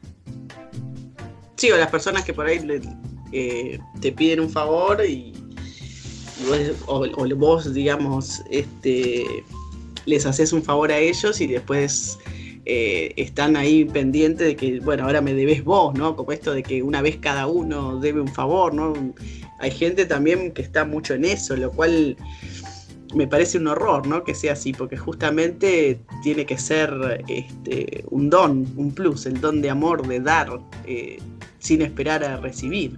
Sí, o las personas que por ahí le, eh, te piden un favor y, y vos, o, o vos, digamos, este, les haces un favor a ellos y después eh, están ahí pendientes de que, bueno, ahora me debes vos, ¿no? Como esto de que una vez cada uno debe un favor, ¿no? Hay gente también que está mucho en eso, lo cual me parece un horror, ¿no? Que sea así, porque justamente tiene que ser este, un don, un plus, el don de amor, de dar, eh, sin esperar a recibir.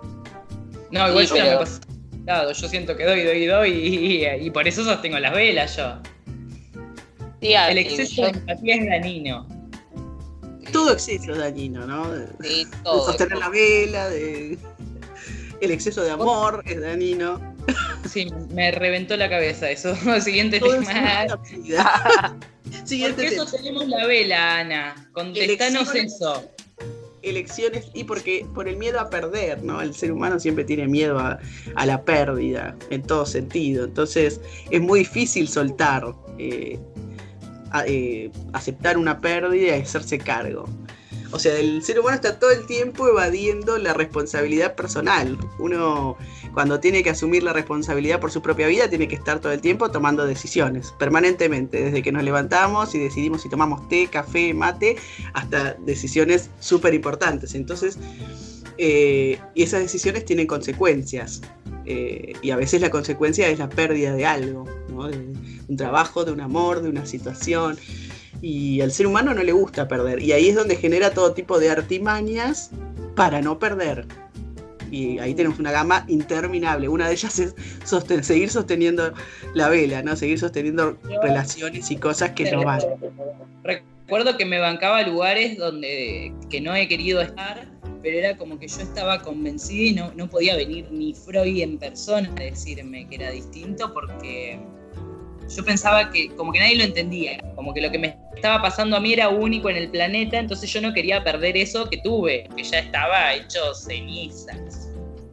No, igual Sí, yo no pero- me paso lado, yo siento que doy, doy, doy y, y, y por eso sostengo las velas yo. Sí, ah, El sí, exceso yo- de empatía es dañino. Todo exceso es dañino, ¿no? De, sí, de todo. sostener la vela, de... el exceso de amor es dañino. Sí, me reventó la cabeza eso. Siguiente Todo es tema. una vida. ¿Por Siguiente qué tema. sostenemos la vela, Ana? Contestanos Elecciones. eso. Elecciones y porque por el miedo a perder, ¿no? El ser humano siempre tiene miedo a, a la pérdida en todo sentido. Entonces es muy difícil soltar, eh, a, eh, aceptar una pérdida y hacerse cargo. O sea, el ser humano está todo el tiempo evadiendo la responsabilidad personal. Uno, cuando tiene que asumir la responsabilidad por su propia vida, tiene que estar todo el tiempo tomando decisiones, permanentemente, desde que nos levantamos y decidimos si tomamos té, café, mate, hasta decisiones súper importantes. Entonces, eh, y esas decisiones tienen consecuencias. Eh, y a veces la consecuencia es la pérdida de algo, ¿no? De un trabajo, de un amor, de una situación. Y al ser humano no le gusta perder. Y ahí es donde genera todo tipo de artimañas para no perder. Y ahí tenemos una gama interminable. Una de ellas es sosten- seguir sosteniendo la vela, ¿no? Seguir sosteniendo relaciones y cosas que no van. Recuerdo que me bancaba lugares donde que no he querido estar, pero era como que yo estaba convencida y no, no podía venir ni Freud en persona a decirme que era distinto porque yo pensaba que como que nadie lo entendía, como que lo que me estaba pasando a mí era único en el planeta, entonces yo no quería perder eso que tuve, que ya estaba hecho cenizas.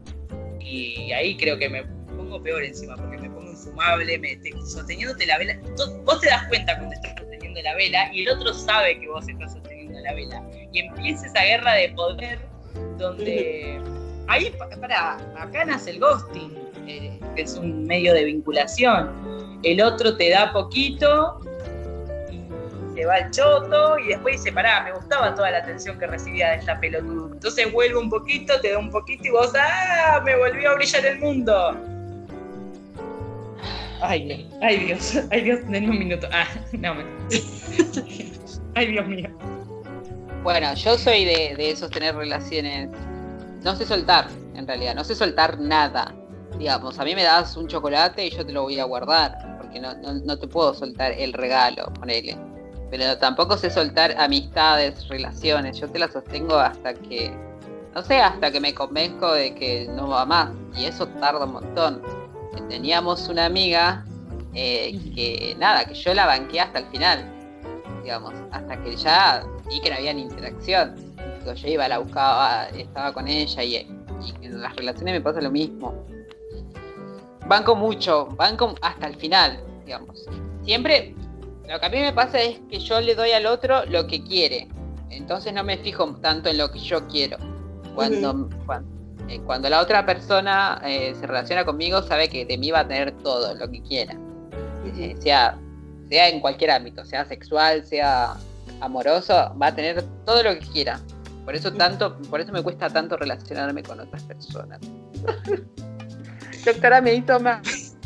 Y ahí creo que me pongo peor encima, porque me pongo infumable, me, te, sosteniéndote la vela. Vos te das cuenta cuando estás sosteniendo la vela y el otro sabe que vos estás sosteniendo la vela. Y empieza esa guerra de poder donde... Ahí, para, acá nace el ghosting, eh, que es un medio de vinculación. El otro te da poquito y se va al choto y después dice, pará, me gustaba toda la atención que recibía de esta pelotuda. Entonces vuelve un poquito, te da un poquito y vos, ¡ah! Me volvió a brillar el mundo. Ay, ay Dios, ay Dios, denme un minuto. Ah, no me. Ay, Dios mío. Bueno, yo soy de, de sostener relaciones. No sé soltar, en realidad, no sé soltar nada. Digamos, a mí me das un chocolate y yo te lo voy a guardar, porque no, no, no te puedo soltar el regalo, ponele. Pero tampoco sé soltar amistades, relaciones. Yo te las sostengo hasta que, no sé, hasta que me convenzco de que no va más. Y eso tarda un montón. Teníamos una amiga eh, que, nada, que yo la banqué hasta el final. Digamos, hasta que ya vi que no había ni interacción. Digo, yo iba, la buscaba, estaba con ella y, y en las relaciones me pasa lo mismo. Banco mucho, banco hasta el final, digamos. Siempre, lo que a mí me pasa es que yo le doy al otro lo que quiere. Entonces no me fijo tanto en lo que yo quiero. Cuando, uh-huh. cuando, eh, cuando la otra persona eh, se relaciona conmigo, sabe que de mí va a tener todo lo que quiera. Eh, sea, sea en cualquier ámbito, sea sexual, sea amoroso, va a tener todo lo que quiera. Por eso tanto, por eso me cuesta tanto relacionarme con otras personas. Doctora, me toma.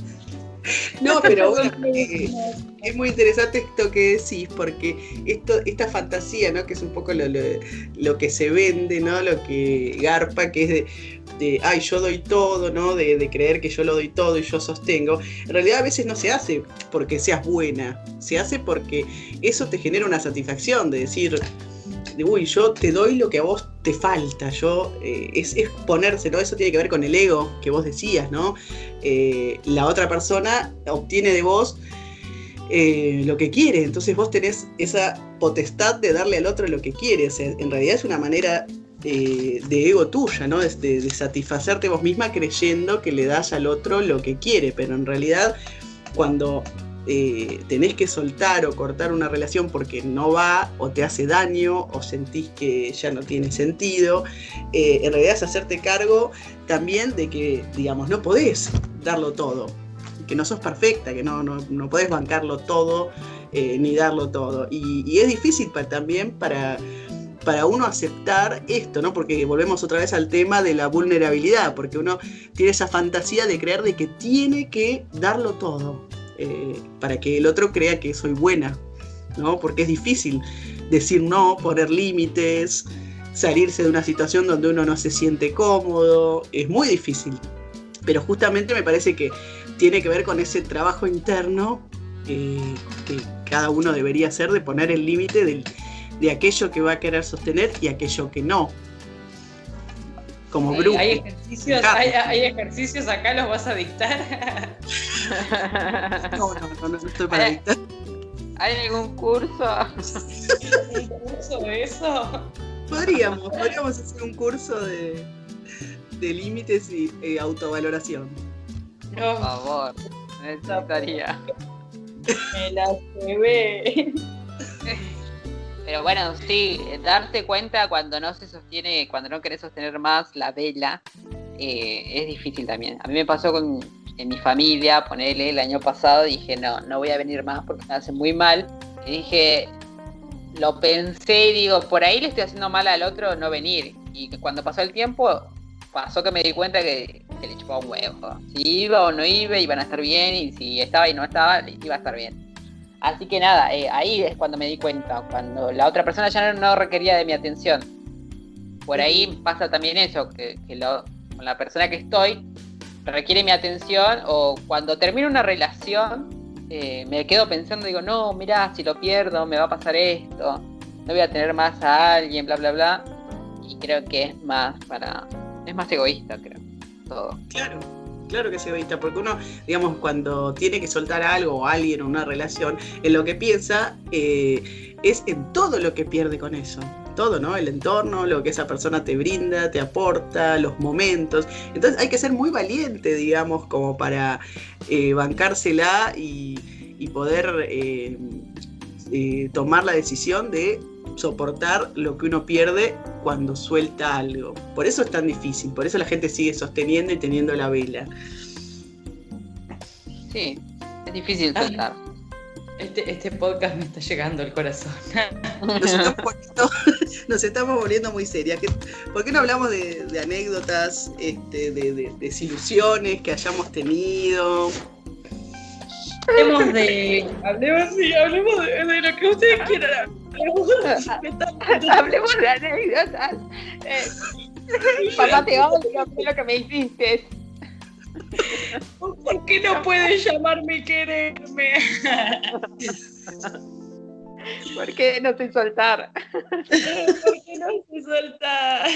No, pero bueno, eh, es muy interesante esto que decís, porque esto, esta fantasía, ¿no? Que es un poco lo, lo, lo que se vende, ¿no? Lo que garpa, que es de, de ay, yo doy todo, ¿no? De, de creer que yo lo doy todo y yo sostengo. En realidad a veces no se hace porque seas buena, se hace porque eso te genera una satisfacción de decir, de, uy, yo te doy lo que a vos te falta, yo eh, es, es ponerse, ¿no? Eso tiene que ver con el ego que vos decías, ¿no? Eh, la otra persona obtiene de vos eh, lo que quiere, entonces vos tenés esa potestad de darle al otro lo que quiere. O sea, en realidad es una manera eh, de ego tuya, ¿no? De, de satisfacerte vos misma creyendo que le das al otro lo que quiere, pero en realidad cuando Eh, tenés que soltar o cortar una relación porque no va o te hace daño o sentís que ya no tiene sentido, eh, en realidad es hacerte cargo también de que, digamos, no podés darlo todo, que no sos perfecta, que no, no, no podés bancarlo todo eh, ni darlo todo, y, y es difícil para, también para, para uno aceptar esto, ¿no? Porque volvemos otra vez al tema de la vulnerabilidad, porque uno tiene esa fantasía de creer de que tiene que darlo todo. Eh, para que el otro crea que soy buena, ¿no? Porque es difícil decir no, poner límites, salirse de una situación donde uno no se siente cómodo, es muy difícil. Pero justamente me parece que tiene que ver con ese trabajo interno eh, que cada uno debería hacer, de poner el límite de, de aquello que va a querer sostener y aquello que no. Como hay, grupo. Hay ejercicios, hay, hay ejercicios acá, ¿los vas a dictar? No, no, no, no estoy para dictar. ¿Hay algún curso? ¿Un curso de eso? Podríamos, podríamos hacer un curso de, de límites y eh, autovaloración. Por favor, necesitaría. Me la llevé. Pero bueno, sí, darte cuenta cuando no se sostiene, cuando no querés sostener más la vela, eh, es difícil también. A mí me pasó con en mi familia, ponele, el año pasado, dije, no, no voy a venir más porque me hace muy mal. Y dije, lo pensé y digo, por ahí le estoy haciendo mal al otro no venir. Y cuando pasó el tiempo, pasó que me di cuenta que, que le chupaba un huevo. Si iba o no iba, iban a estar bien, y si estaba y no estaba, iba a estar bien. Así que nada, eh, ahí es cuando me di cuenta, cuando la otra persona ya no, no requería de mi atención. Por ahí pasa también eso, que, que lo, con la persona que estoy requiere mi atención, o cuando termino una relación eh, me quedo pensando, digo, no, mirá, si lo pierdo me va a pasar esto, no voy a tener más a alguien, bla, bla, bla. Y creo que es más para, es más egoísta, creo, todo. Claro. Claro que es egoísta, porque uno, digamos, cuando tiene que soltar algo o alguien o una relación, en lo que piensa eh, es en todo lo que pierde con eso. Todo, ¿no? El entorno, lo que esa persona te brinda, te aporta, los momentos. Entonces hay que ser muy valiente, digamos, como para eh, bancársela y, y poder eh, eh, tomar la decisión de soportar lo que uno pierde cuando suelta algo. Por eso es tan difícil, por eso la gente sigue sosteniendo y teniendo la vela. Sí, es difícil soltar. Este, este podcast me está llegando al corazón. Nos estamos volviendo, nos estamos volviendo muy serias. ¿Por qué no hablamos de, de anécdotas, este, de, de desilusiones que hayamos tenido? Hablemos de. Hablemos, sí, hablemos de, de lo que ustedes quieran. Hablemos de anécdotas. Eh, papá, te odio, ¿qué es lo que me hiciste? ¿Por qué no puedes llamarme y quererme? ¿Por qué no sé soltar? ¿Por qué no sé soltar?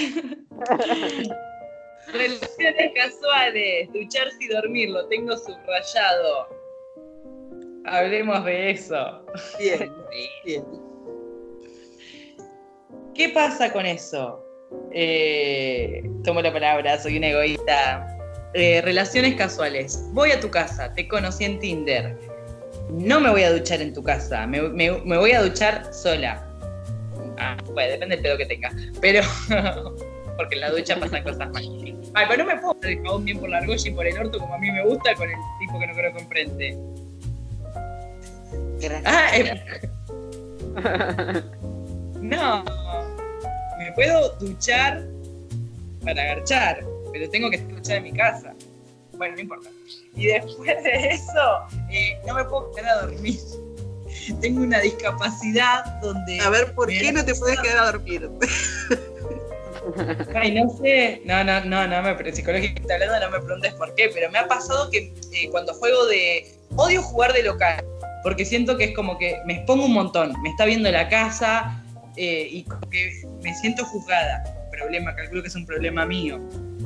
Relaciones casuales, ducharse y dormir, lo tengo subrayado. Hablemos de eso. Bien, bien. ¿Qué pasa con eso? Eh, tomo la palabra, soy una egoísta. Eh, relaciones casuales. Voy a tu casa, te conocí en Tinder. No me voy a duchar en tu casa, me, me, me voy a duchar sola. Ah, bueno, depende del pedo que tenga. Pero, porque en la ducha pasan cosas mal. Ay, pero no me puedo dejar jabón bien por la argolla y por el orto como a mí me gusta con el tipo que no creo que enfrente. Ah, eh. No, me puedo duchar para agarchar, pero tengo que estar duchada en mi casa. Bueno, no importa. Y después de eso, eh, no me puedo quedar a dormir. Tengo una discapacidad donde... A ver, ¿por qué no te puedes quedar a dormir? Ay, no sé. No, no, no, no me, psicológicamente hablando no me preguntes por qué, pero me ha pasado que eh, cuando juego de... Odio jugar de local, porque siento que es como que me expongo un montón. Me está viendo la casa eh, y como que me siento juzgada. Problema, calculo que es un problema mío.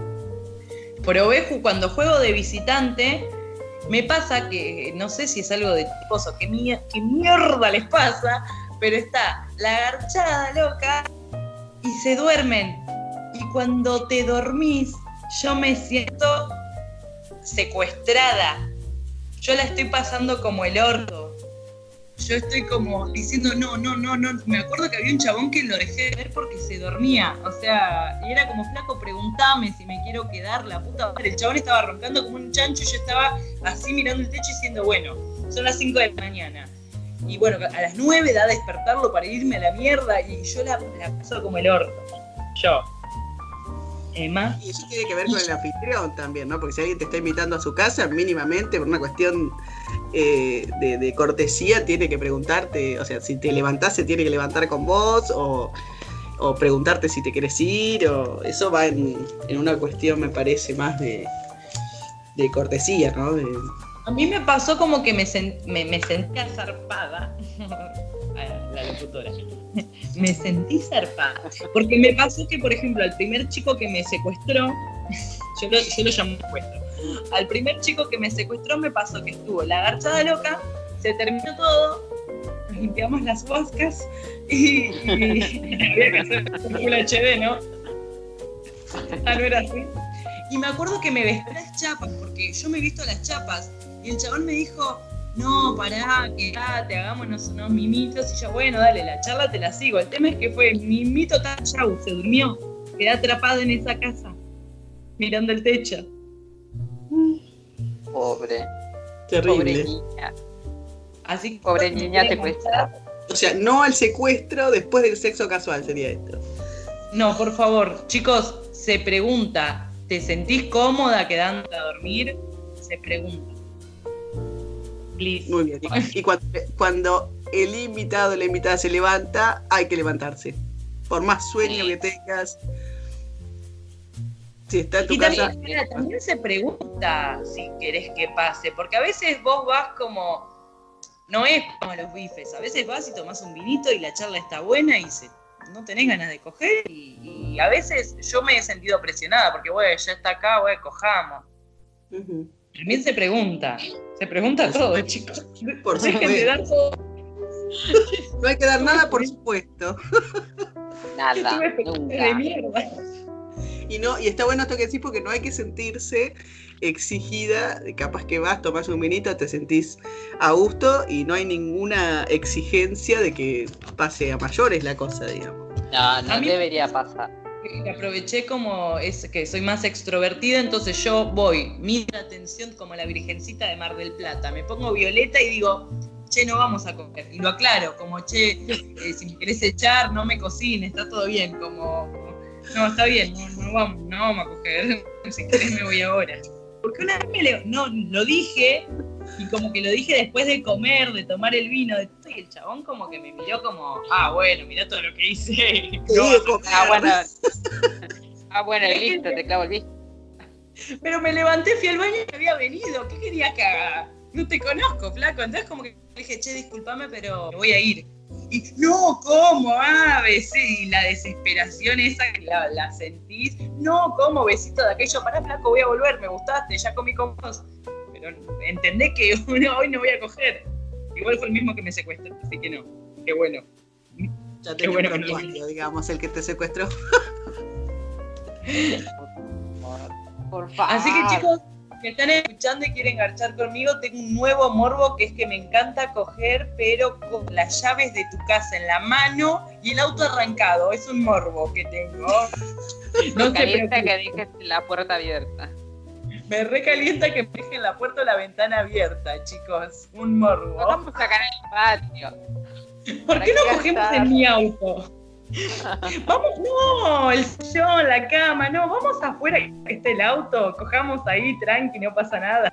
Pero cuando juego de visitante, me pasa que, no sé si es algo de tipos o qué, mier- qué mierda les pasa, pero está la garchada loca y se duermen. Y cuando te dormís, yo me siento secuestrada. Yo la estoy pasando como el orto. Yo estoy como diciendo, no, no, no, no. Me acuerdo que había un chabón que lo dejé de ver porque se dormía. O sea, y era como, flaco, preguntame si me quiero quedar, la puta madre. El chabón estaba roncando como un chancho y yo estaba así mirando el techo diciendo, bueno, son las cinco de la mañana. Y bueno, a las nueve da a despertarlo para irme a la mierda y yo la, la paso como el orto. Yo. Emma. Y eso tiene que ver con el anfitrión también, ¿no? Porque si alguien te está invitando a su casa, mínimamente, por una cuestión eh, de, de cortesía, tiene que preguntarte, o sea, si te levantás, se tiene que levantar con vos, o, o preguntarte si te querés ir, o eso va en, en una cuestión, me parece, más de, de cortesía, ¿no? De... A mí me pasó como que me, sen- me, me sentía zarpada. La locutora. Me sentí zarpada. Porque me pasó que, por ejemplo, al primer chico que me secuestró, yo lo, yo lo llamo secuestro. Al primer chico que me secuestró me pasó que estuvo la garchada loca, se terminó todo, nos limpiamos las boscas y, y había que hacer Full H D, ¿no? Ah, no era así. Y me acuerdo que me vestí las chapas, porque yo me he visto las chapas, y el chabón me dijo, no, pará, quedate, hagámonos unos mimitos, y yo, bueno, dale, la charla te la sigo. El tema es que fue mimito tan chau, se durmió, quedé atrapado en esa casa, mirando el techo. Pobre. Terrible. Pobre niña. Así que, Pobre niña secuestrada. O sea, no al secuestro después del sexo casual sería esto. No, por favor, chicos, se pregunta, ¿te sentís cómoda quedándote a dormir? Se pregunta. Please. Muy bien. Y, y cuando, cuando el invitado o la invitada se levanta, hay que levantarse. Por más sueño Sí. que tengas, si está en tu Y casa. también, mira, también se pregunta si querés que pase, porque a veces vos vas como, no es como los bifes, a veces vas y tomás un vinito y la charla está buena y se, no tenés ganas de coger y, y a veces yo me he sentido presionada porque, bueno, ya está acá, bueno, cojamos. Uh-huh. También se pregunta, se pregunta todo, chicos. Por Dejen de supuesto. dar todo. No hay que dar nada, por supuesto. Nada, de nunca. mierda. Y no, y está bueno esto que decís porque no hay que sentirse exigida, capaz que vas, tomás un vinito, te sentís a gusto y no hay ninguna exigencia de que pase a mayores la cosa, digamos. No, no A mí- debería pasar. Que aproveché como es que soy más extrovertida, entonces yo voy, miro la atención como la virgencita de Mar del Plata, me pongo violeta y digo, che, no vamos a comer, y lo aclaro, como che, eh, si me querés echar, no me cocines, está todo bien, como, no, está bien, no, no, vamos, no vamos a coger, si querés me voy ahora. Porque una vez me le, no, lo dije, Y como que lo dije después de comer, de tomar el vino, de todo, y el chabón como que me miró como, ah, bueno, mirá todo lo que hice. Sí, No, como- Ah, bueno. Ah, bueno, y listo, te clavo el visto. pero me levanté, fui al baño y había venido. ¿Qué querías que haga? No te conozco, flaco. Entonces como que le dije, che, discúlpame, pero me voy a ir. Y, no, ¿cómo? Ah, besé. Y la desesperación esa que la, la sentís. No, ¿cómo? Besito de aquello. Pará, flaco, voy a volver, me gustaste, ya comí con vos. Pero entendés que no, hoy no voy a coger. Igual fue el mismo que me secuestró, así que no. Qué bueno. Ya Qué tenés bueno un que no. usuario, digamos, el que te secuestró. Por favor. Así que chicos, que están escuchando y quieren garchar conmigo, tengo un nuevo morbo que es que me encanta coger, pero con las llaves de tu casa en la mano y el auto arrancado. Es un morbo que tengo. No se Calienta preocupen. que dejes la puerta abierta. Me recalienta que me dejen la puerta o la ventana abierta, chicos. Un morbo. Vamos a sacar en el patio. ¿Por ¿para qué no qué cogemos gastar? en mi auto? Vamos, no, el sillón, la cama, no, vamos afuera que esté el auto, cojamos ahí, tranqui, no pasa nada.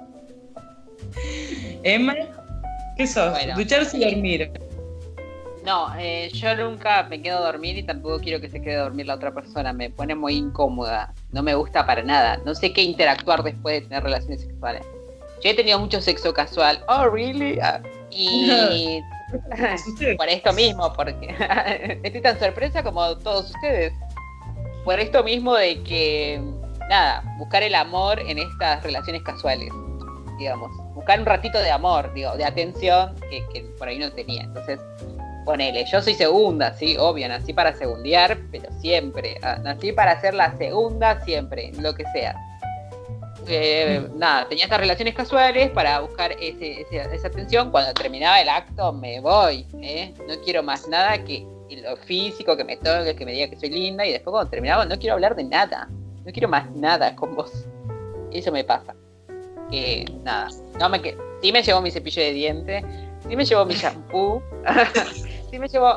Emma, ¿qué sos? Bueno, Ducharse y sí. dormir. No, eh, yo nunca me quedo a dormir y tampoco quiero que se quede a dormir la otra persona. Me pone muy incómoda. No me gusta para nada. No sé qué interactuar después de tener relaciones sexuales. Yo he tenido mucho sexo casual. Oh, really? Ah, y Sucede. por esto mismo, porque estoy tan sorpresa como todos ustedes. Por esto mismo de que, nada, buscar el amor en estas relaciones casuales, digamos. Buscar un ratito de amor, digo, de atención que, que por ahí no tenía. Entonces, ponele, yo soy segunda, sí, obvio, nací para segundear, pero siempre. Ah, nací para hacer la segunda siempre, lo que sea. Eh, nada, tenía estas relaciones casuales para buscar ese, ese- esa atención. Cuando terminaba el acto me voy, ¿eh? No quiero más nada que lo físico, que me toque, que me diga que soy linda, y después cuando terminaba no quiero hablar de nada, no quiero más nada con vos. Eso me pasa, que nada, no me que sí me llevo mi cepillo de dientes, sí me llevo mi shampoo, sí me llevo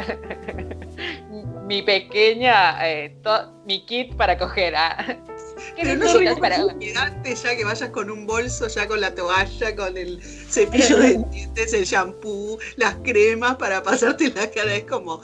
mi pequeña eh, to- mi kit para coger. ah. ¿Qué Pero no necesitas sos para...? quedarte ya que vayas con un bolso, ya con la toalla, con el cepillo de dientes, el shampoo, las cremas para pasarte la cara. Es como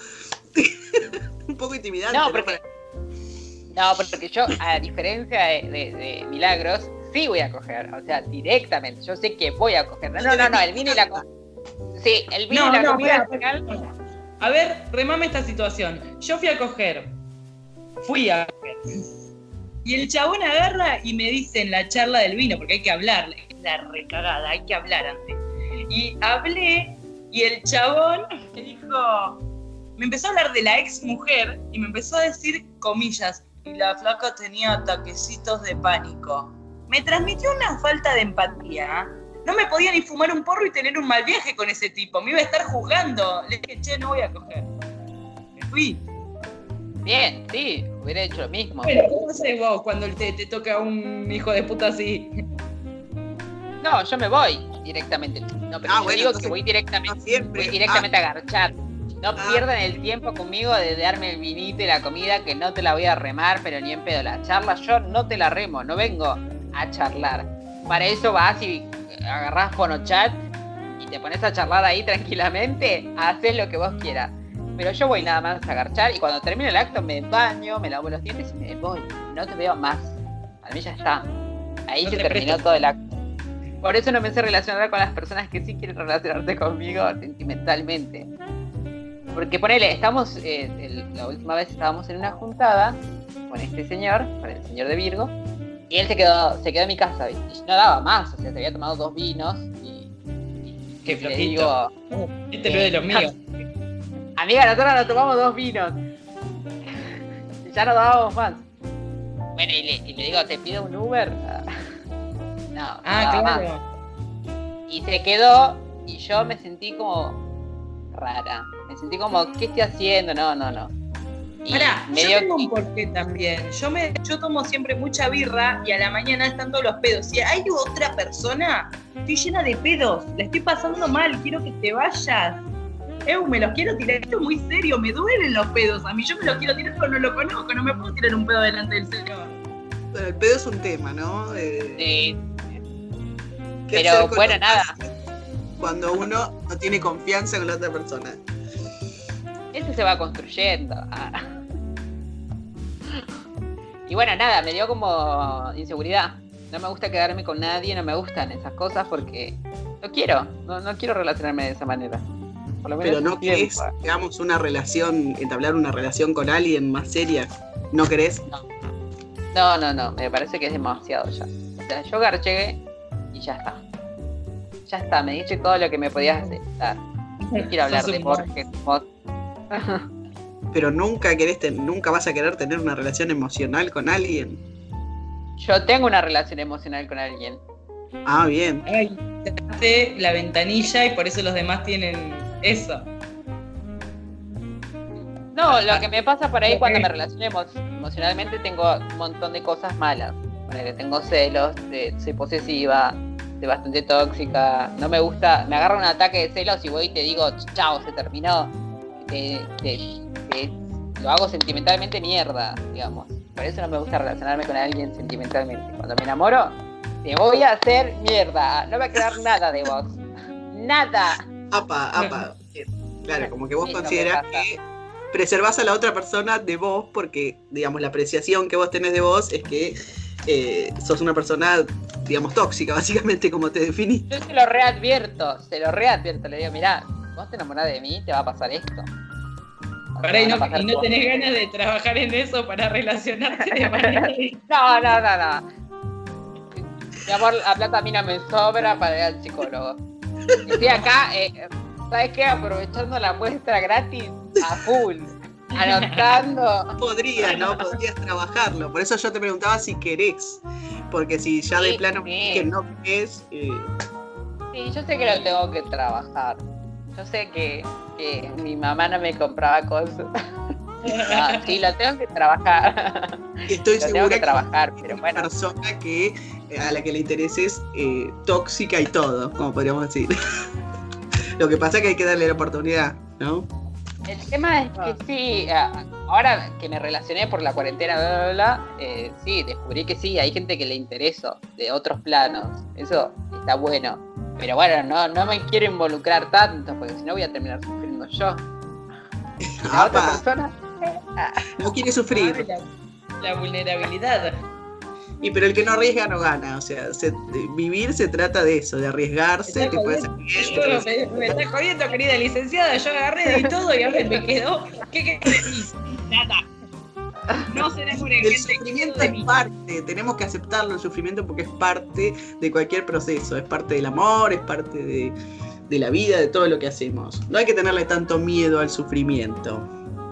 un poco intimidante. No, ¿no? porque, no, porque yo, a diferencia de, de- de Milagros, sí voy a coger, o sea, directamente. Yo sé que voy a coger. No, no, no, no, el vino y la comida. Sí, el vino No, y la no, comida espera, al final. A ver, remame esta situación. Yo fui a coger. Fui a coger. Y el chabón agarra y me dice en la charla del vino, porque hay que hablar, es la recagada, hay que hablar antes. Y hablé y el chabón me dijo, me empezó a hablar de la ex mujer y me empezó a decir comillas, y la flaca tenía ataquecitos de pánico. Me transmitió una falta de empatía. No me podía ni fumar un porro y tener un mal viaje con ese tipo. Me iba a estar juzgando. Le dije, che, no voy a coger. Me fui. Bien, sí, hubiera hecho lo mismo. Bueno, ¿cómo haces vos cuando te, te toca un hijo de puta así? No, yo me voy directamente. No, pero Ah, yo bueno, digo entonces, que voy directamente, no siempre. voy directamente a garchar. No Ah. pierdan el tiempo conmigo de darme el vinito y la comida, que no te la voy a remar, pero ni en pedo. La charla yo no te la remo, no vengo a charlar. Para eso vas y agarrás Fonochat y te pones a charlar ahí tranquilamente, haces lo que vos quieras. Pero yo voy nada más a garchar y cuando termino el acto me baño, me lavo los dientes y me voy. No te veo más. A mí ya está. Ahí No se te terminó presto. todo el acto. Por eso no me sé relacionar con las personas que sí quieren relacionarse conmigo sentimentalmente. Porque ponele, estamos, eh, el- la última vez estábamos en una juntada con este señor, con el señor de Virgo, y él se quedó, se quedó en mi casa, ¿viste? Y no daba más, o sea, se había tomado dos vinos y, y Qué le flojito. digo, Este no es de los míos. amiga, nosotros nos tomamos dos vinos. Y ya no dábamos más. Bueno, y le, y le digo, ¿te pido un Uber? No, no Ah, daba más. claro. Y se quedó y yo me sentí como rara. Me sentí como, ¿qué estoy haciendo? No, no, no. Y Pará, yo medio tengo que- un porqué también. Yo me, yo tomo siempre mucha birra y a la mañana están todos los pedos. Si hay otra persona, estoy llena de pedos, la estoy pasando mal, quiero que te vayas. Eu, me los quiero tirar, esto es muy serio, me duelen los pedos. A mí yo me los quiero tirar, pero no lo conozco, no me puedo tirar un pedo delante del señor. Bueno, el pedo es un tema, ¿no? Eh, Sí, ¿Qué Pero hacer con bueno, los nada. gases cuando uno no tiene confianza con la otra persona? Eso se va construyendo. Ah. Y bueno, nada, me dio como inseguridad. No me gusta quedarme con nadie, no me gustan esas cosas porque no quiero, no, no quiero relacionarme de esa manera. Por lo menos Pero no un tiempo. querés, digamos, una relación, entablar una relación con alguien más seria. ¿No querés? No, no, no, me parece que es demasiado ya. O sea, yo garché y ya está. Ya está, me dije todo lo que me podías dar. No quiero hablar Sos de un Borges, vos. Pero nunca querés, ten- nunca vas a querer tener una relación emocional con alguien. Yo tengo una relación emocional con alguien. Ah, bien. Ay, cerraste la ventanilla y por eso los demás tienen eso. No, lo que me pasa por ahí Ok. cuando me relaciono emo- emocionalmente tengo un montón de cosas malas. Ponele, tengo celos, de- soy posesiva, soy bastante tóxica, no me gusta, me agarra un ataque de celos y voy y te digo, chao, se terminó. Te- te- te- lo hago sentimentalmente mierda, digamos. Por eso no me gusta relacionarme con alguien sentimentalmente. Cuando me enamoro, te voy a hacer mierda. No va a quedar nada de vos. Nada. Apa, apa. Bien. Claro, como que vos Sí, no me considerás pasa. que preservás a la otra persona de vos porque, digamos, la apreciación que vos tenés de vos es que eh, sos una persona, digamos, tóxica, básicamente, como te definís. Yo se lo readvierto, se lo readvierto. Le digo, mirá, vos te enamorás de mí, te va a pasar esto. O Pará, y te no, van a pasar y no cosas. tenés ganas de trabajar en eso para relacionarte de manera No, no, no, no. Mi amor, la plata a mí no me sobra para ir al psicólogo. Estoy acá, eh, ¿sabes qué? Aprovechando la muestra gratis a full. Anotando. Podrías, ¿no? Podrías trabajarlo. Por eso yo te preguntaba si querés. Porque si ya de Sí, plano sí. que no querés, eh, Sí, yo sé que lo tengo que trabajar. Yo sé que, que mi mamá no me compraba cosas. No, sí, lo tengo que trabajar. estoy Lo tengo segura que que trabajar, es pero una bueno. persona que eh, a la que le intereses eh, tóxica y todo, como podríamos decir. Lo que pasa es que hay que darle la oportunidad, ¿no? El tema es que sí, a- ahora que me relacioné por la cuarentena, bla, bla, bla, eh, sí, descubrí que sí, hay gente que le intereso de otros planos. Eso está bueno. Pero bueno, no, no me quiero involucrar tanto, porque si no voy a terminar sufriendo yo. La otra Apa, persona, no quiere sufrir. la, la vulnerabilidad. Y pero el que no arriesga no gana. O sea, se- de- vivir se trata de eso, de arriesgarse, que puede ser bien, que Yo, puede ser- me, me está jodiendo, querida licenciada. Yo agarré de todo y ahora me quedó. ¿Qué querés de mí? Nada. No se enamoren, El gente. sufrimiento de es mí. parte, tenemos que aceptarlo el sufrimiento porque es parte de cualquier proceso, es parte del amor, es parte de, de la vida, de todo lo que hacemos. No hay que tenerle tanto miedo al sufrimiento.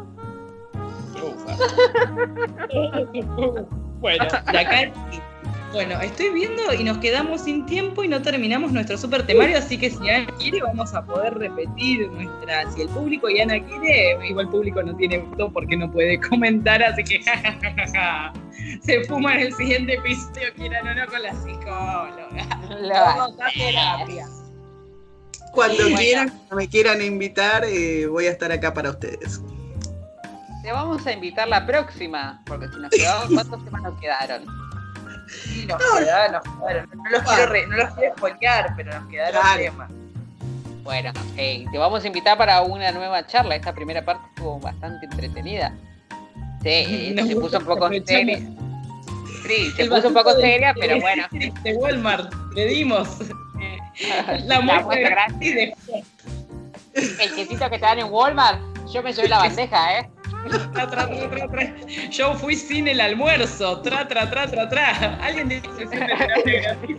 Bueno, de acá. Bueno, estoy viendo y nos quedamos sin tiempo y no terminamos nuestro super temario, así que si Ana quiere vamos a poder repetir nuestra. Si el público y Ana quiere, igual el público no tiene voto porque no puede comentar, así que jajajaja. Se fuma en el siguiente episodio, quieran o no, con la psicóloga. lo Vamos a terapia. Cuando Bueno. quieran, cuando me quieran invitar, eh, voy a estar acá para ustedes. te vamos a invitar la próxima, porque si nos quedamos, ¿cuántos temas nos quedaron? Sí, nos quedaron, nos quedaron. No los quiero, re- no los quiero spoilear, pero nos quedaron Claro. temas. Bueno, eh, te vamos a invitar para una nueva charla. Esta primera parte estuvo bastante entretenida. Sí, eh, Nos se gusta, puso un poco aprovechamos. seria. Sí, se El puso un vasito poco de- seria, de- pero bueno. De Walmart, le dimos la La muestra muestra gratis de El quesito que te dan en Walmart, yo me llevé la bandeja, ¿eh? tra, tra, tra, tra, tra. Yo fui sin el almuerzo, tra, tra, tra, tra, tra. Alguien dice sesión de terapia gratis.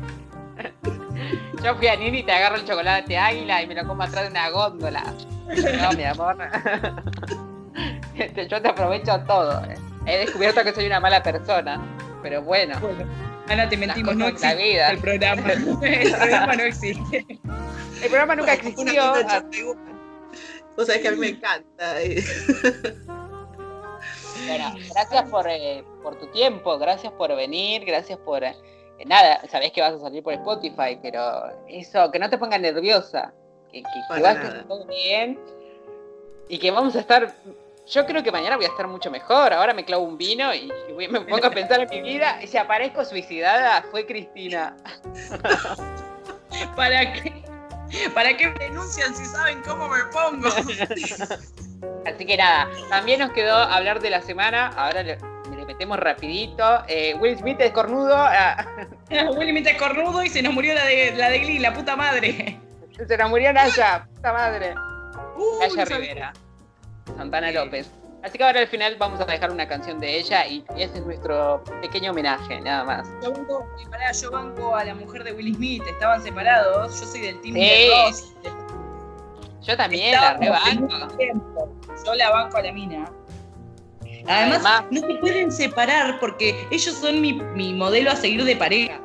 Yo fui a Nini y te agarro el chocolate águila y me lo como atrás de una góndola. No, mi amor. Este, yo te aprovecho todo. ¿eh? He descubierto que soy una mala persona, pero bueno. Bueno, Ana, te mentimos, Las no cosas de la existe vida. el programa. El programa no existe. El programa nunca Bueno, una existió. linda charla igual. Vos sabés que a mí me encanta. eh. Bueno, gracias por, eh, por tu tiempo, gracias por venir, gracias por... eh, nada, sabés que vas a salir por Spotify, pero eso, que no te pongas nerviosa, que, que, que Para va a nada. estar todo bien y que vamos a estar... Yo creo que mañana voy a estar mucho mejor, ahora me clavo un vino y, y voy- me pongo a pensar en mi vida y si aparezco suicidada, fue Cristina. ¿Para qué? ¿Para qué me denuncian si saben cómo me pongo? Así que nada, también nos quedó hablar de la semana. Ahora le, le metemos rapidito. Eh, Will Smith es cornudo. Ah. Will Smith es cornudo y se nos murió la de, la de Glee, la puta madre. Se nos murió Naya, puta madre. Uh, Naya no Rivera, Santana Sí. López. Así que ahora al final vamos a dejar una canción de ella y ese es nuestro pequeño homenaje, nada más. Yo banco, eh, pará, yo banco a la mujer de Will Smith, estaban separados, yo soy del team Sí. de Ross. Yo también la Estábamos en rebanco. un tiempo. Yo la banco a la mina. Además, Además- no se pueden separar porque ellos son mi, mi modelo a seguir de pareja.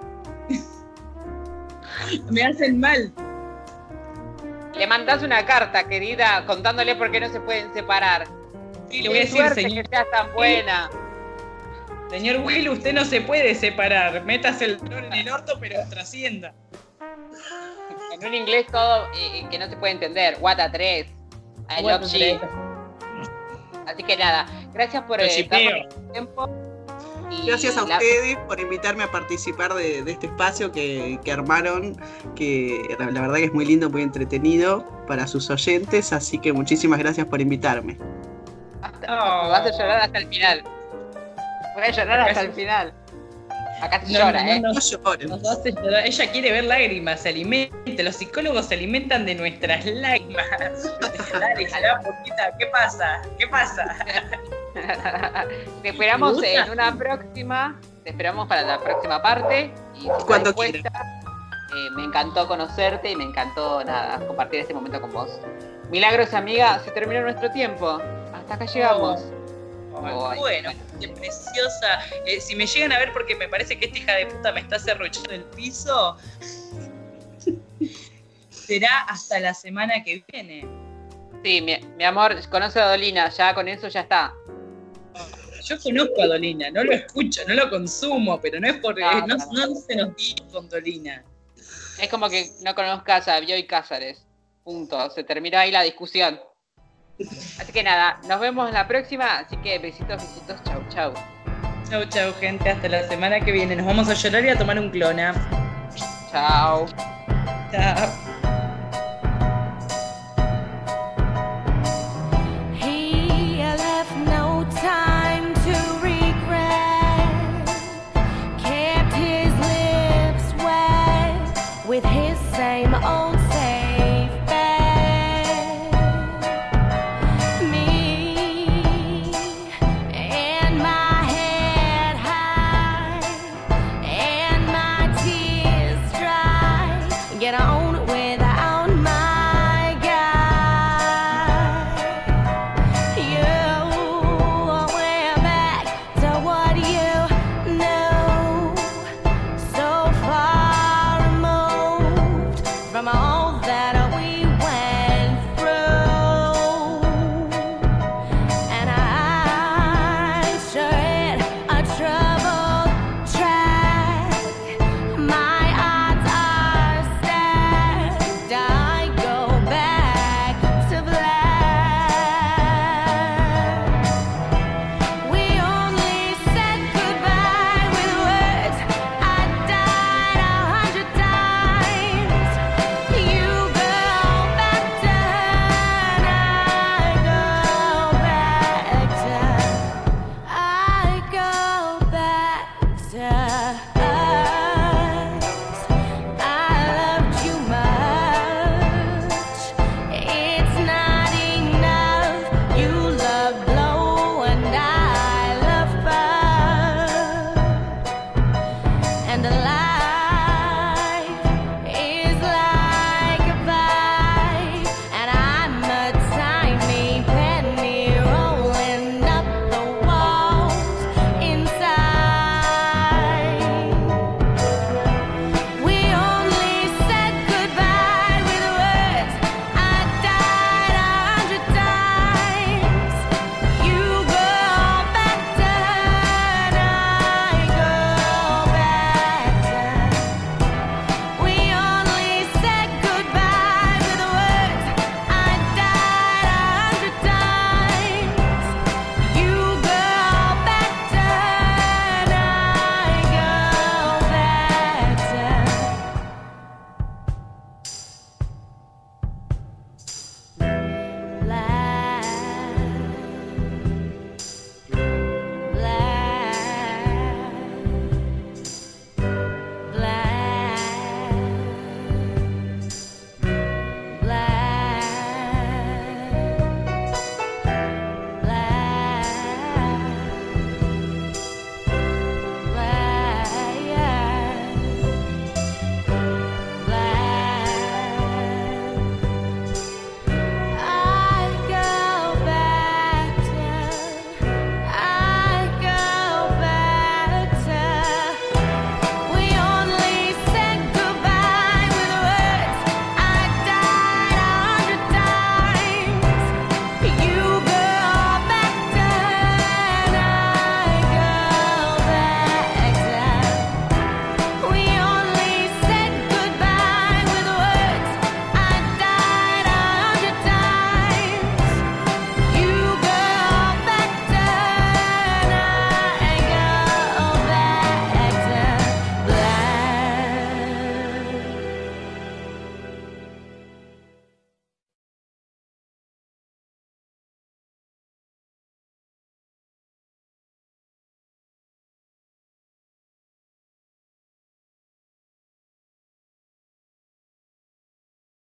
Me hacen mal. Le mandás una carta, querida, contándole por qué no se pueden separar. Sí, le voy a Qué decir, suerte señor, que seas tan buena. señor Will, usted no se puede separar. Metas el dolor en el orto, pero trascienda. En un inglés todo eh, que no se puede entender. What a tres. I love she. Así que nada, gracias por Lo eh, shipeo. darnos el tiempo. Y Gracias a la- ustedes por invitarme a participar de, de este espacio que, que armaron, que la, la verdad que es muy lindo, muy entretenido para sus oyentes, así que muchísimas gracias por invitarme. hasta- Oh. me vas a llorar hasta el final. Voy a llorar hasta el final. Acá se No, llora, no, ¿eh? no, No lloren. Nos hace llorar. Ella quiere ver lágrimas, se alimenta. Los psicólogos se alimentan de nuestras lágrimas. Dale, jalá, poquita. ¿Qué pasa? ¿Qué pasa? Te esperamos ¿Te gusta? en una próxima. Te esperamos para la próxima parte. Y si estás Cuando dispuesta, eh, me encantó conocerte y me encantó nada, compartir este momento con vos. Milagros, amiga, se terminó nuestro tiempo. Hasta acá llegamos. Oh, Ay, bueno, qué preciosa. Eh, si me llegan a ver porque me parece que esta hija de puta me está cerruchando el piso, será hasta la semana que viene. Sí, mi, mi amor, conoce a Dolina, ya con eso ya está. Yo conozco a Dolina, no lo escucho, no lo consumo, pero no es porque No, no, no. no se nos dio con Dolina. Es como que no conozcas a Bioy Cázares. Punto. Se terminó ahí la discusión. Así que nada, nos vemos en la próxima. Así que besitos, besitos, chau, chau. Chau, chau, gente, hasta la semana que viene. Nos vamos a llorar y a tomar un clona. Chau. Chao.